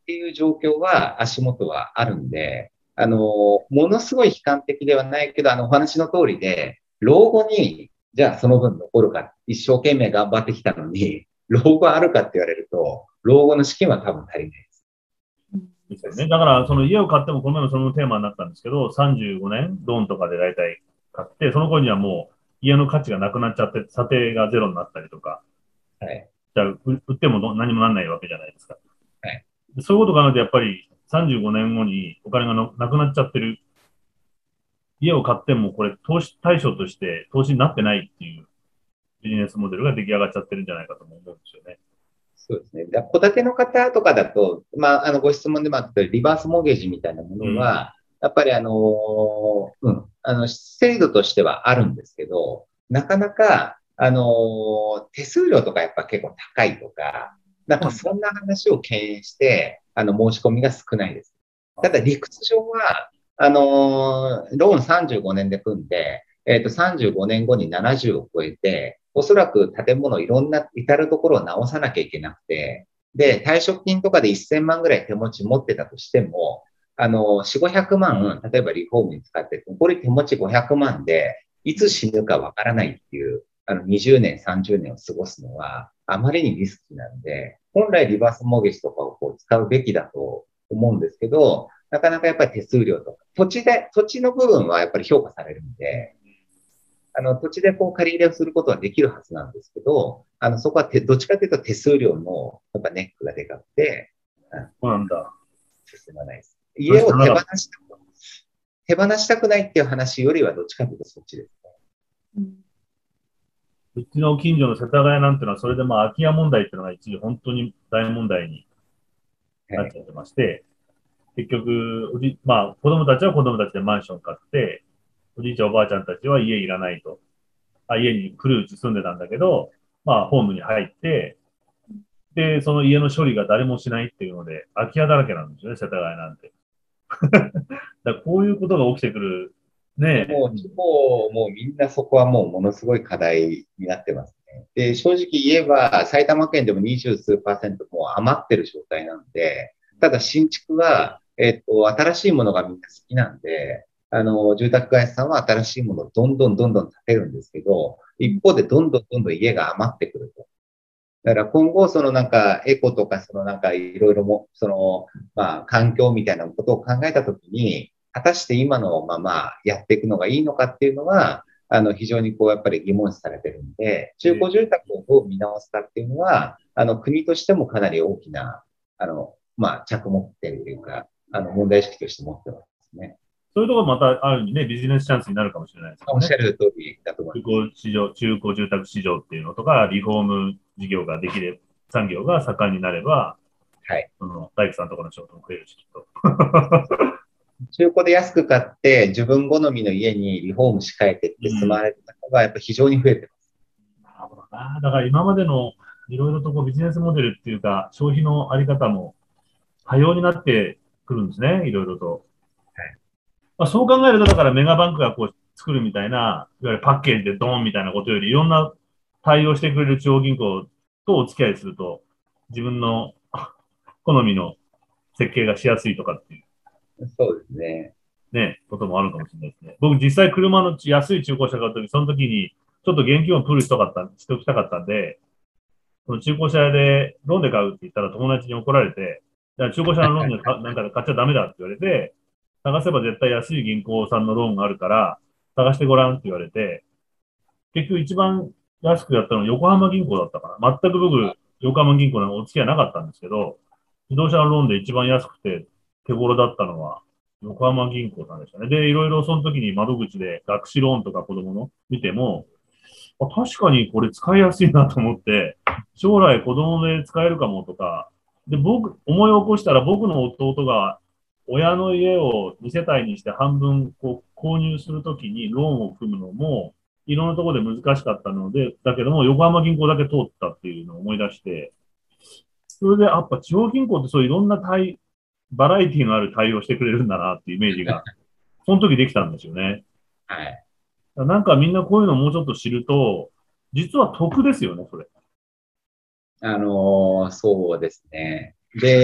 っていう状況は足元はあるんで、あの、ものすごい悲観的ではないけど、あの、お話の通りで、老後に、じゃあその分残るか、一生懸命頑張ってきたのに、老後あるかって言われると、老後の資金は多分足りないです。 ですよね。だから、その家を買っても、この前もそのテーマになったんですけど、さんじゅうごねん、ローンとかで大体買って、その頃にはもう家の価値がなくなっちゃって、査定がゼロになったりとか、 はい。 じゃあ、売ってもど何もなんないわけじゃないですか。 はい。 そういうことがあるので、やっぱりさんじゅうごねんごにお金がなくなっちゃってる。家を買っても、これ、投資対象として投資になってないっていうビジネスモデルが出来上がっちゃってるんじゃないかと思うんですよね。 そうですね。戸建ての方とかだと、まあ、あの、ご質問でもあったリバースモーゲージみたいなものは、うん、やっぱりあの、うん、あの、制度としてはあるんですけど、なかなか、あの、手数料とかやっぱ結構高いとか、なんかそんな話を敬遠して、あの、申し込みが少ないです。ただ理屈上は、あの、ローンさんじゅうごねんで組んで、えっと、さんじゅうごねんごにななじゅうを超えて、おそらく建物いろんな至るところを直さなきゃいけなくて、で、退職金とかでせんまんぐらい手持ち持ってたとしても、あの、よん、ごひゃくまん、例えばリフォームに使って、これ手持ちごひゃくまんで、いつ死ぬかわからないっていう、あの、にじゅうねん、さんじゅうねんを過ごすのは、あまりにリスキーなんで、本来リバースモーゲージとかをこう使うべきだと思うんですけど、なかなかやっぱり手数料とか、土地で、土地の部分はやっぱり評価されるんで、あの、土地でこう借り入れをすることはできるはずなんですけど、あの、そこはてどっちかというと手数料の、やっぱネックがでかくて、 そうなんだ。 進まないです。家を手放したく、手放したくないっていう話よりはどっちかというとそっちですね。 うちの近所の世田谷なんていうのは、それでまあ空き家問題っていうのが一時本当に大問題になっちゃってまして、はい、結局、おじ、まあ子供たちは子供たちでマンション買って、おじいちゃんおばあちゃんたちは家いらないと。あ、家に来るうち住んでたんだけど、まあホームに入って、で、その家の処理が誰もしないっていうので、空き家だらけなんですよね、世田谷なんて。だこういうことが起きてくる。ねもう、地方もみんなそこはもうものすごい課題になってますね。で、正直言えば、埼玉県でも二十数パーセントもう余ってる状態なんで、ただ新築は、えっと、新しいものがみんな好きなんで、あの、住宅会社さんは新しいものをどんどんどんどん建てるんですけど、一方でどんどんどんどん家が余ってくると。だから今後、そのなんかエコとか、そのなんかいろいろも、その、まあ環境みたいなことを考えたときに、果たして今のままやっていくのがいいのかっていうのは、あの、非常にこうやっぱり疑問視されてるんで、中古住宅をどう見直すかっていうのは、あの、国としてもかなり大きな、あの、まあ、着目点というか、あの、問題意識として持ってますね。 そういうところまたある意味ね、ビジネスチャンスになるかもしれないですね。 おっしゃる通りだと思います。 中古市場、中古住宅市場っていうのとか、リフォーム事業ができる、産業が盛んになれば、 はい。 その、大工さんのところの仕事も増えるし、きっと。 中古で安く買って、自分好みの家にリフォームし替えてって住まわれる方がやっぱ非常に増えてます。 なるほどな。だから今までのいろいろとこうビジネスモデルっていうか、消費のあり方も多様になってくるんですね、いろいろと。はいまあ、そう考えると、だからメガバンクがこう作るみたいな、いわゆるパッケージでドーンみたいなことより、いろんな対応してくれる中央銀行とお付き合いすると、自分の好みの設計がしやすいとかっていう。 そうですね。 ね、こともあるかもしれないですね。僕実際車の安い中古車買うとき、その時にちょっと現金をプールしたかった、しておきたかったんで、その中古車屋でローンで買うって言ったら友達に怒られて、中古車のローンでかなんか買っちゃダメだって言われて、探せば絶対安い銀行さんのローンがあるから、探してごらんって言われて、結局一番安くやったのは横浜銀行だったかな。全く僕、横浜銀行のお付き合いなかったんですけど、自動車のローンで一番安くて手頃だったのは、横浜銀行さんでしたね。で、いろいろその時に窓口で学資ローンとか子供の見ても、あ確かにこれ使いやすいなと思って、将来子供で使えるかもとか、で、僕、思い起こしたら僕の弟が親の家をに世帯にして半分こう購入するときにローンを組むのも、いろんなところで難しかったので、だけども横浜銀行だけ通ったっていうのを思い出して、それでやっぱ地方銀行ってそういろんな対、バラエティのある対応してくれるんだなっていうイメージが、その時できたんですよね。 はい。 なんかみんなこういうのをもうちょっと知ると、実は得ですよね、それ。 あのー、そうですね。で、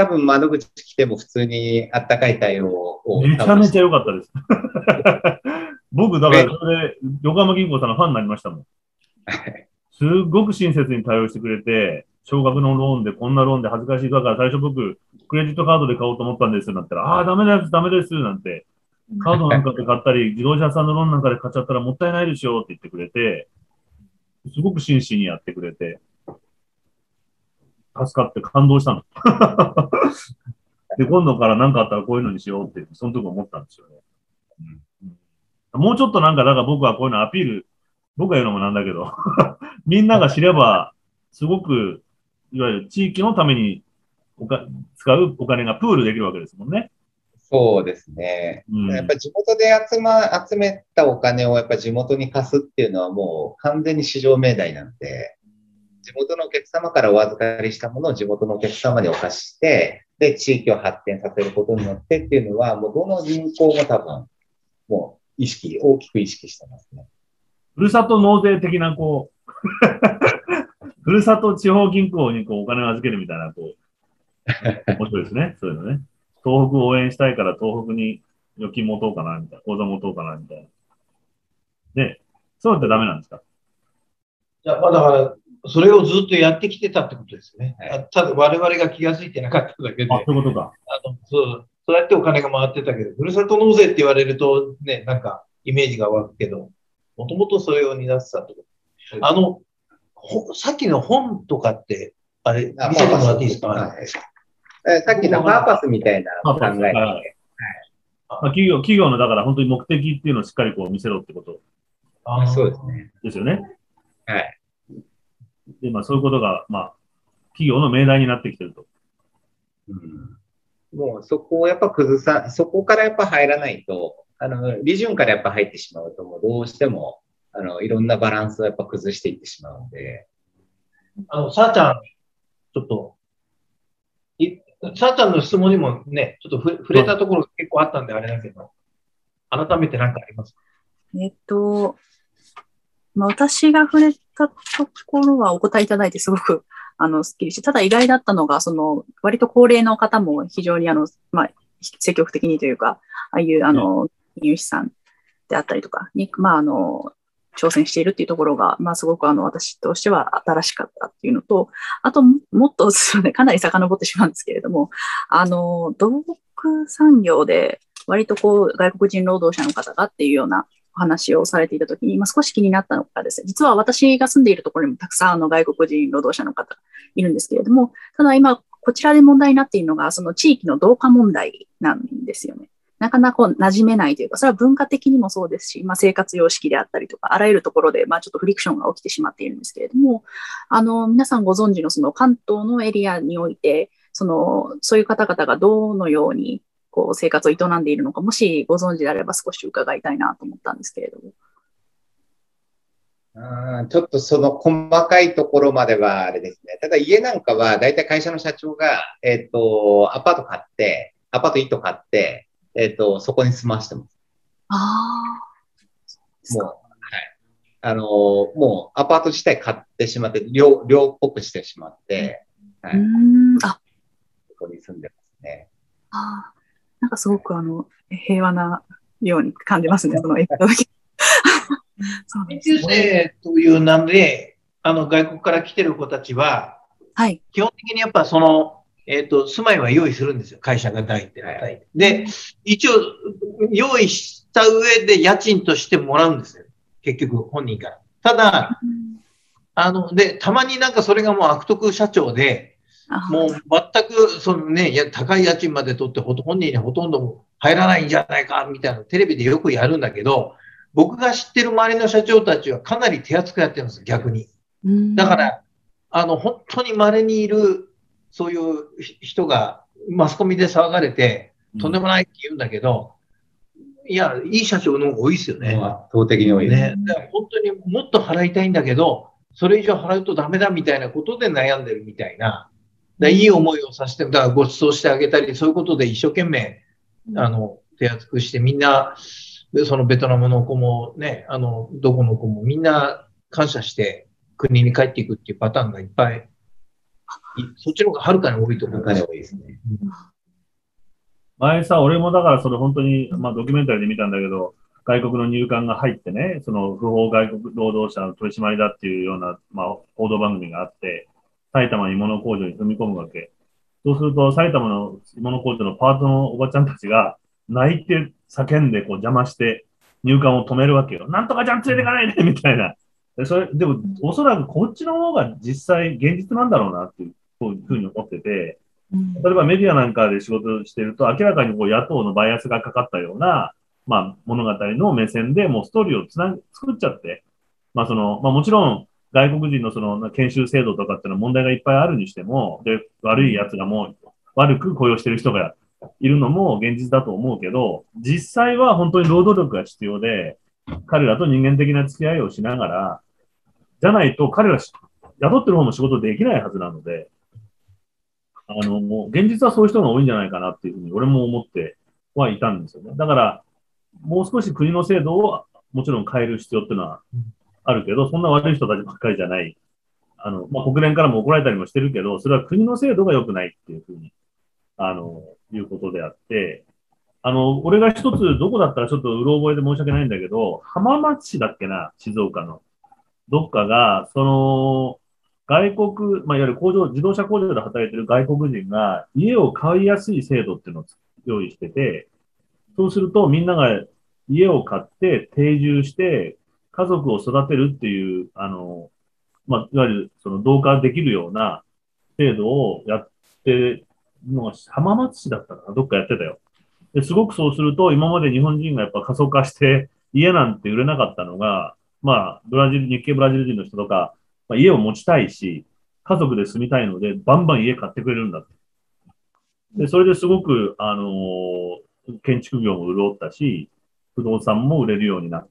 多分窓口来ても普通にあったかい対応を。 めちゃめちゃ良かったです。僕、だからそれで横浜銀行さんのファンになりましたもん。すっごく親切に対応してくれて、少額のローンでこんなローンで恥ずかしいだから最初僕、クレジットカードで買おうと思ったんですよ。なったら、ああ、ダメです、ダメです、なんて。カードなんかで買ったり、自動車屋さんのローンなんかで買っちゃったらもったいないでしょって言ってくれて、すごく真摯にやってくれて、助かって感動したの。で、今度から何かあったらこういうのにしようって、その時思ったんですよね。うん、もうちょっとなんか、だから僕はこういうのアピール、僕が言うのもなんだけど、みんなが知れば、すごく、いわゆる地域のためにおか使うお金がプールできるわけですもんね。 そうですね。うん、やっぱり地元で集ま、集めたお金をやっぱ地元に貸すっていうのはもう完全に市場命題なので、地元のお客様からお預かりしたものを地元のお客様にお貸しして、で、地域を発展させることによってっていうのは、もうどの銀行も多分、もう意識、大きく意識してますね。 ふるさと納税的な、こう、ふるさと地方銀行にこうお金を預けるみたいな、こう、面白いですね。そういうのね。東北を応援したいから東北に預金持とうかな、みたいな。口座持とうかな、みたいな。で、そうってダメなんですか？ いや、まあだから、それをずっとやってきてたってことですね。はい、ただ我々が気がついてなかっただけで。 あ、そういうことか。 あのそう、そうやってお金が回ってたけど、ふるさと納税って言われるとね、なんかイメージが湧くけど、もともとそれを担ってたってこと。あの、さっきの本とかって、あれ、見せてもらっていいですか？はい、 さっきのパーパスみたいな考えで、はい、 企業、企業のだから本当に目的っていうのをしっかりこう見せろってこと。 ああ、そうですね。 ですよね。 はい。 で、まあそういうことが、まあ、企業の命題になってきてると。 うん、もうそこをやっぱ崩さ、そこからやっぱ入らないと、あの、利潤からやっぱ入ってしまうと、もうどうしても、あの、いろんなバランスをやっぱ崩していってしまうので。 あの、さあちゃん、ちょっと、いさあちゃんの質問にもね、ちょっとふ触れたところが結構あったんであれだけど、改めて何かありますか？ えっと、まあ、私が触れたところはお答えいただいてすごく、あの、スッキリして、ただ意外だったのが、その、割と高齢の方も非常に、あの、まあ、積極的にというか、ああいう、あの、金融資産であったりとかに、まあ、あの、挑戦しているっていうところが、まあ、すごく、あの、私としては新しかったっていうのと、あと、もっと、かなり遡ってしまうんですけれども、あの、土木産業で、割とこう、外国人労働者の方がっていうような、お話をされていたときに、まあ、少し気になったのがですね、実は私が住んでいるところにもたくさんあの外国人労働者の方がいるんですけれども、ただ今、こちらで問題になっているのが、その地域の同化問題なんですよね。なかなかこう馴染めないというか、それは文化的にもそうですし、まあ、生活様式であったりとか、あらゆるところで、まあ、ちょっとフリクションが起きてしまっているんですけれども、あの、皆さんご存知のその関東のエリアにおいて、その、そういう方々がどのように、こう生活を営んでいるのか、もしご存知であれば少し伺いたいなと思ったんですけれども。 うん、ちょっとその細かいところまではあれですね。ただ家なんかは大体会社の社長が、えっと、アパート買って、アパートいっと買って、えっと、そこに住ましてます。 ああ。 もう、はい。あの、もうアパート自体買ってしまって、寮、寮っぽくしてしまって、はい。 うんあそこに住んでますね。 ああ。なんかすごくあの平和なように感じますね、そのエピソードだけ。 研究生という名で、あの外国から来てる子たちは、 はい、 基本的にやっぱその、えっと、住まいは用意するんですよ、会社が大体。はい、で、一応、用意した上で家賃としてもらうんですよ、結局本人から。ただ、あの、で、たまになんかそれがもう悪徳社長で、もう全く、そのね、いや、高い家賃まで取ってほと、本人にほとんど入らないんじゃないか、みたいな、テレビでよくやるんだけど、僕が知ってる周りの社長たちはかなり手厚くやってるんです、逆に。だから、あの、本当に稀にいる、そういう人が、マスコミで騒がれて、とんでもないって言うんだけど、いや、いい社長の方が多いですよね。 圧倒的に多いですね。だから本当にもっと払いたいんだけど、それ以上払うとダメだみたいなことで悩んでるみたいな。だいい思いをさせて、だからご馳走してあげたり、そういうことで一生懸命、あの、手厚くして、みんな、そのベトナムの子もね、あの、どこの子もみんな感謝して国に帰っていくっていうパターンがいっぱいそっちの方がはるかに多いと思う。 はるかに多いですね。 前さ、俺もだからそれ本当に、まあドキュメンタリーで見たんだけど、外国の入管が入ってね、その不法外国労働者の取り締まりだっていうような、まあ報道番組があって、埼玉の鋳物工場に踏み込むわけ。そうすると埼玉の鋳物工場のパートのおばちゃんたちが泣いて叫んでこう邪魔して入管を止めるわけよ。なんとかちゃん連れてかないでみたいな。で、それ、でもおそらくこっちの方が実際現実なんだろうなっていうふうに思ってて、例えばメディアなんかで仕事してると、明らかにこう野党のバイアスがかかったような、まあ、物語の目線でもうストーリーをつな作っちゃって、まあその、まあもちろん外国人のその研修制度とかっていうのは問題がいっぱいあるにしても、で、悪い奴がもう悪く雇用してる人がいるのも現実だと思うけど、実際は本当に労働力が必要で、彼らと人間的な付き合いをしながら、じゃないと彼ら雇ってる方も仕事できないはずなので、あの、もう、現実はそういう人が多いんじゃないかなっていうふうに、俺も思ってはいたんですよね。だから、もう少し国の制度をもちろん変える必要っていうのはあるけど、そんな悪い人たちばっかりじゃない。あの、まあ、国連からも怒られたりもしてるけど、それは国の制度が良くないっていうふうに、あの、いうことであって、あの、俺が一つ、どこだったらちょっとうろ覚えで申し訳ないんだけど、浜松市だっけな、静岡の。どっかが、その、外国、まあ、いわゆる工場、自動車工場で働いてる外国人が家を買いやすい制度っていうのを用意してて、そうするとみんなが家を買って定住して家族を育てるっていう、あの、まあ、いわゆるその同化できるような制度をやってるのが浜松市だったかな、どっかやってたよ。ですごくそうすると今まで日本人がやっぱ過疎化して家なんて売れなかったのが、まあ、ブラジル、日系ブラジル人の人とか、まあ、家を持ちたいし、家族で住みたいので、バンバン家買ってくれるんだって。で、それですごく、あのー建築業も潤ったし、不動産も売れるようになって、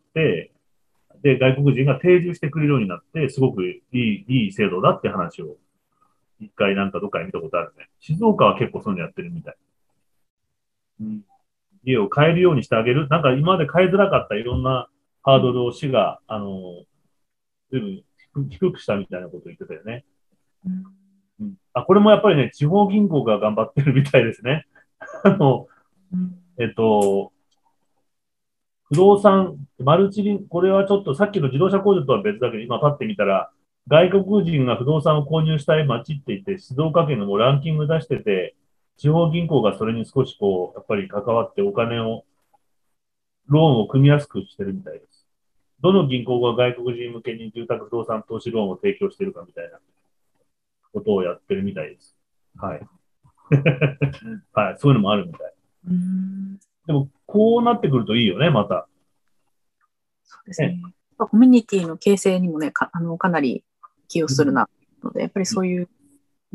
で、外国人が定住してくれるようになって、すごくいい、いい制度だって話を、一回なんかどっかで見たことあるね。静岡は結構そういうのやってるみたい。うん、家を買えるようにしてあげる。なんか今まで買いづらかったいろんなハードルを市が、あのー、全部低くしたみたいなことを言ってたよね。うんうん、あ、これもやっぱりね、地方銀行が頑張ってるみたいですね。あの、えっと、不動産、マルチリン、これはちょっとさっきの自動車工場とは別だけど、今パッて見たら、外国人が不動産を購入したい街って言って、静岡県のもうランキング出してて、地方銀行がそれに少しこう、やっぱり関わってお金を、ローンを組みやすくしてるみたいです。どの銀行が外国人向けに住宅不動産投資ローンを提供しているかみたいなことをやってるみたいです。はい。はい、そういうのもあるみたい。うんでも、こうなってくるといいよね、また。 そうですね。ねコミュニティの形成にもね、かあのかなり寄与するなので、やっぱりそういう、うん、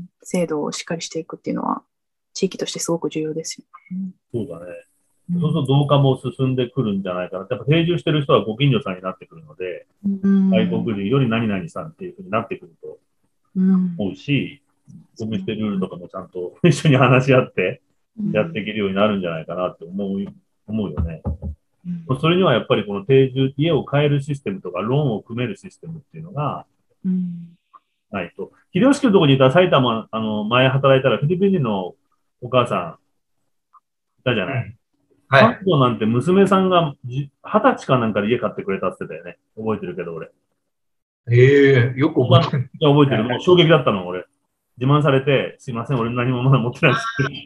制度をしっかりしていくっていうのは、地域としてすごく重要ですよね。 そうだね。そうすると同化も進んでくるんじゃないかな。やっぱ定住してる人はご近所さんになってくるので、うん、外国人より何々さんっていうふうになってくると思うし、ゴミ捨てルールとかもちゃんと一緒に話し合ってやっていけるようになるんじゃないかなって思う、思うよね。うん、それにはやっぱりこの定住、家を買えるシステムとかローンを組めるシステムっていうのがないと。秀吉のところにいた埼玉、あの、前働いたらフィリピン人のお母さんいたじゃない。うんはい。関東なんて娘さんが二十歳かなんかで家買ってくれたって言ってたよね。覚えてるけど、俺。 ええー、よく覚えてる。 覚えてる。もう衝撃だったの、俺。自慢されて、すいません、俺何もまだ持ってないです。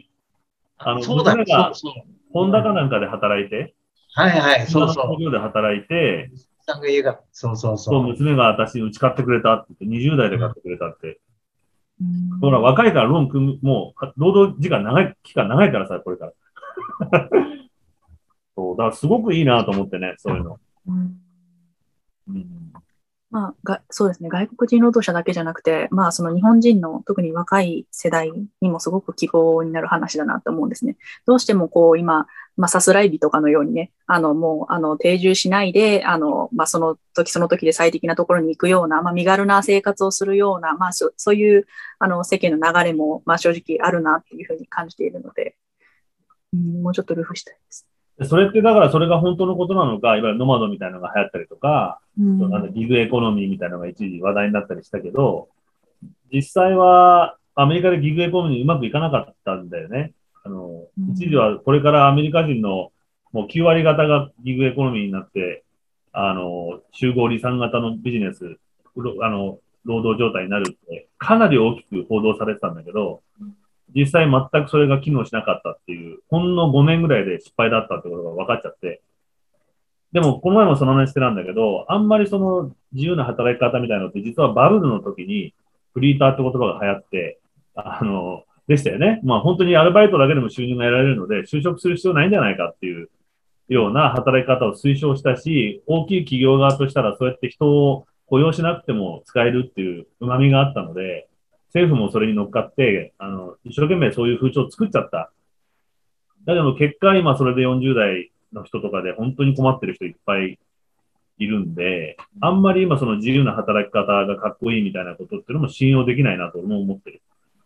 あの、 そうだ娘が、ホンダかなんかで働いて、 はいはい、そうそう。 工場で働いて、 さんが家が、そうそうそう。 そう、娘が私、うち買ってくれたって言って、にじゅう代で買ってくれたって。うん、ほら、若いからローン組む、もう、労働時間長い、期間長いからさ、これから。そう、だからすごくいいなと思ってね、そういうの。うんうんまあ、がそうですね。外国人労働者だけじゃなくて、まあ、その日本人の特に若い世代にもすごく希望になる話だなと思うんですね。どうしてもこう今、まあ、さすらい日とかのようにね、あの、もう、あの、定住しないで、あの、まあ、その時その時で最適なところに行くような、まあ、身軽な生活をするような、まあ、そそういう、あの、世間の流れも、まあ、正直あるなっていうふうに感じているので、うん、もうちょっとルフしたいです。 それってだからそれが本当のことなのか、いわゆるノマドみたいなのが流行ったりとか、うん、ギグエコノミーみたいなのが一時話題になったりしたけど、 実際はアメリカでギグエコノミーうまくいかなかったんだよね。あの、一時はこれからアメリカ人のもうきゅう割方がギグエコノミーになって、あの、集合離散型のビジネス、あの、労働状態になるって、かなり大きく報道されてたんだけど、実際全くそれが機能しなかったっていう、ほんのごねんぐらいで失敗だったってことが分かっちゃって、でも、この前もその話してたんだけど、あんまりその自由な働き方みたいなのって、実はバブルの時にフリーターって言葉が流行って、あの、でしたよね。まあ本当にアルバイトだけでも収入が得られるので、就職する必要ないんじゃないかっていうような働き方を推奨したし、大きい企業側としたらそうやって人を雇用しなくても使えるっていう旨味があったので、政府もそれに乗っかって、あの、一生懸命そういう風潮を作っちゃった。だけど結果今それでよんじゅう代の人とかで本当に困ってる人いっぱいいるんで、あんまり今その自由な働き方がかっこいいみたいなことっていうのも信用できないなと俺も思ってる。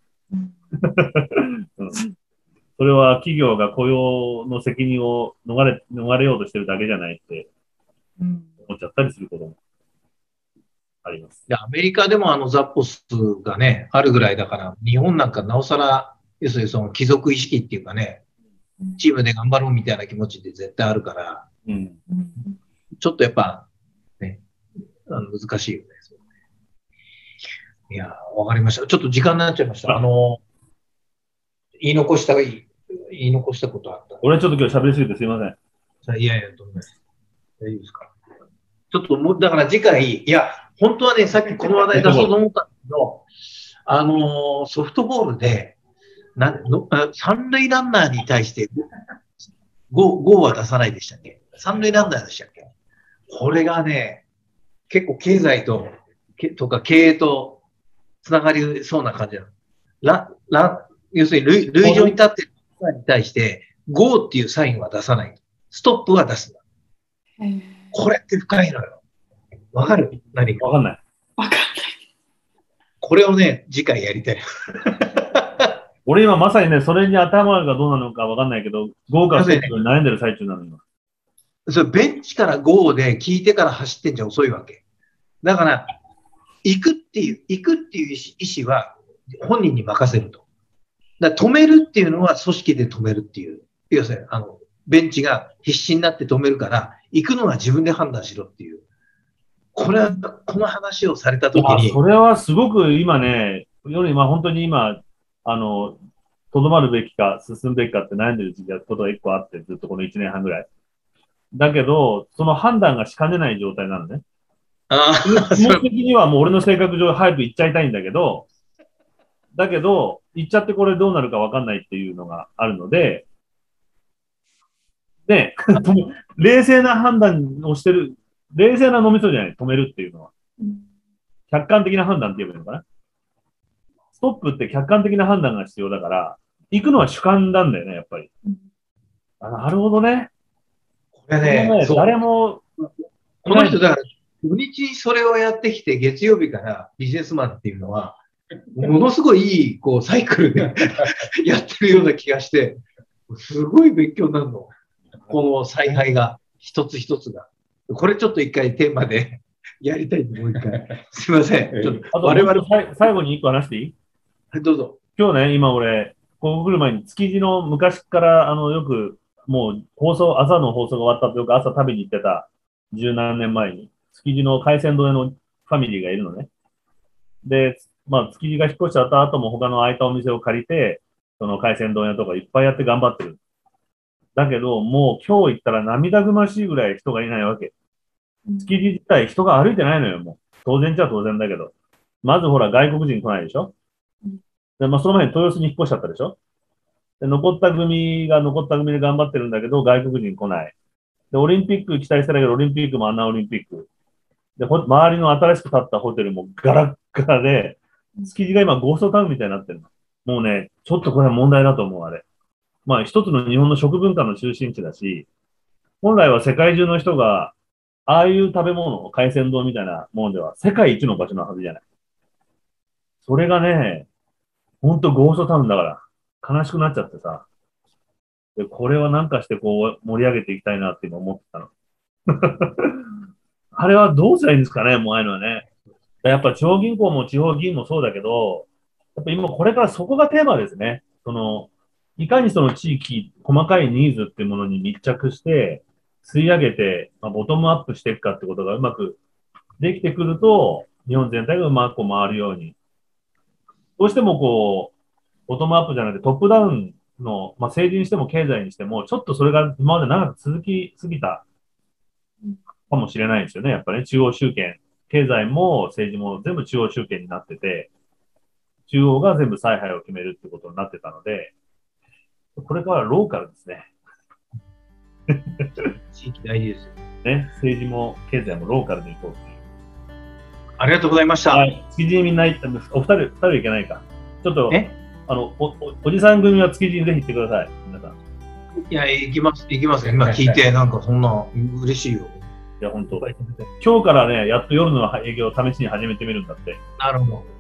うん、それは企業が雇用の責任を逃れ、逃れようとしてるだけじゃないって思っちゃったりすることもあります。 でアメリカでもあのザッポスがね、あるぐらいだから、日本なんかなおさら、要するにその貴族意識っていうかね、チームで頑張ろうみたいな気持ちで絶対あるから、うん、ちょっとやっぱ、ね、あの難しいよね。いや、わかりました。ちょっと時間になっちゃいました。あの、言い残したがいい、言い残したことあった。 俺ちょっと今日喋りすぎてすいません。いやいや、どうもない。大丈夫ですか。ちょっともう、だから次回、いや、本当はね、さっきこの話題出そうと思ったんだけど、あの、ソフトボールで、なの三塁ランナーに対してゴー、ゴーは出さないでしたっけ？三塁ランナーでしたっけ？これがね、結構経済と、けとか経営とつながりそうな感じなの。ラ、ラ、要するに塁、塁上に立っているランナーに対して、ゴーっていうサインは出さない。ストップは出す。これって深いのよ。わかる？何か。 わかんない。 わかんない。 これをね、次回やりたい。 俺今まさにね、それに当てはまるかどうなのかわかんないけど、ゴーかストップに悩んでる最中なの今。 それベンチからゴーで聞いてから走ってんじゃ遅いわけ。だから、行くっていう、行くっていう意思は本人に任せると。だから止めるっていうのは組織で止めるっていう。要するに、あの、ベンチが必死になって止めるから、行くのは自分で判断しろっていう。これは、この話をされたときに。 それはすごく今ね、よりまあ本当に今、あの、とどまるべきか進むべきかって悩んでる時期がことが一個あって、ずっとこの一年半ぐらい。だけど、その判断がしかねない状態なのね。 ああ。気持ち的にはもう俺の性格上早く行っちゃいたいんだけど、だけど、行っちゃってこれどうなるかわかんないっていうのがあるので、で、冷静な判断をしてる、冷静な脳みそじゃない、止めるっていうのは。客観的な判断って言えばいいのかな。ストップって客観的な判断が必要だから、行くのは主観なんだよね、やっぱり。あ、なるほどね。 これね、 ね誰も、 この人だから、土日にそれをやってきて、月曜日からビジネスマンっていうのは、ものすごいいい、こう、サイクルでやってるような気がして、すごい勉強になるの。この采配が、一つ一つが。これちょっと一回テーマでやりたいんで、もう一回。すいません。ちょっとあと我々最後に一個話していい？ はい、どうぞ。 今日ね、今俺、ここ来る前に築地の昔からあのよくもう放送、朝の放送が終わった後よく朝食べに行ってた十何年前に、築地の海鮮丼屋のファミリーがいるのね。で、まあ築地が引っ越しちゃった後も他の空いたお店を借りて、その海鮮丼屋とかいっぱいやって頑張ってる。だけど、もう今日行ったら涙ぐましいぐらい人がいないわけ。築地自体人が歩いてないのよ、もう。当然っちゃ当然だけど。まずほら外国人来ないでしょ。で、まあその前に豊洲に引っ越しちゃったでしょ。で、残った組が残った組で頑張ってるんだけど、外国人来ない。で、オリンピック期待してたけど、オリンピックもあんなオリンピック。で、ほ周りの新しく建ったホテルもガラッガラで、築地が今ゴーストタウンみたいになってるの。もうね、ちょっとこれは問題だと思う、あれ。まあ一つの日本の食文化の中心地だし、本来は世界中の人が、ああいう食べ物、海鮮丼みたいなものでは世界一の場所のはずじゃない。それがね、ほんとゴーストタウンだから悲しくなっちゃってさ。で、これはなんかしてこう盛り上げていきたいなって今思ってたの。あれはどうしたらいいんですかね、もうああいうのはね。 やっぱ地方銀行も地方議員もそうだけど、やっぱ今これからそこがテーマですね。その、いかにその地域、細かいニーズっていうものに密着して、吸い上げて、まあ、ボトムアップしていくかってことがうまくできてくると、日本全体がうまくこう回るように。どうしてもこう、ボトムアップじゃなくてトップダウンの、まあ、政治にしても経済にしても、ちょっとそれが今まで長く続きすぎたかもしれないですよね。やっぱり、ね、中央集権。経済も政治も全部中央集権になってて、中央が全部采配を決めるってことになってたので、これからローカルですね。 地域大事ですよ。 ね、政治も経済もローカルに行こうっていう。 ありがとうございました。 はい、築地にみんな行ったんです。お二人、二人はいけないか。ちょっと、 えあのおお、おじさん組は築地にぜひ行ってください。皆さん。 いや、行きます、行きます。今聞いて、なんかそんな、嬉しいよ。 いや、本当。今日からね、やっと夜の営業を試しに始めてみるんだって。 なるほど。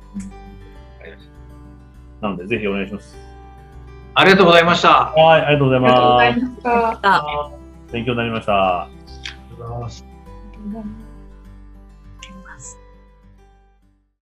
なので、ぜひお願いします。 ありがとうございました。 はい、ありがとうございます。 ありがとうございました。 勉強になりました。 ありがとうございます。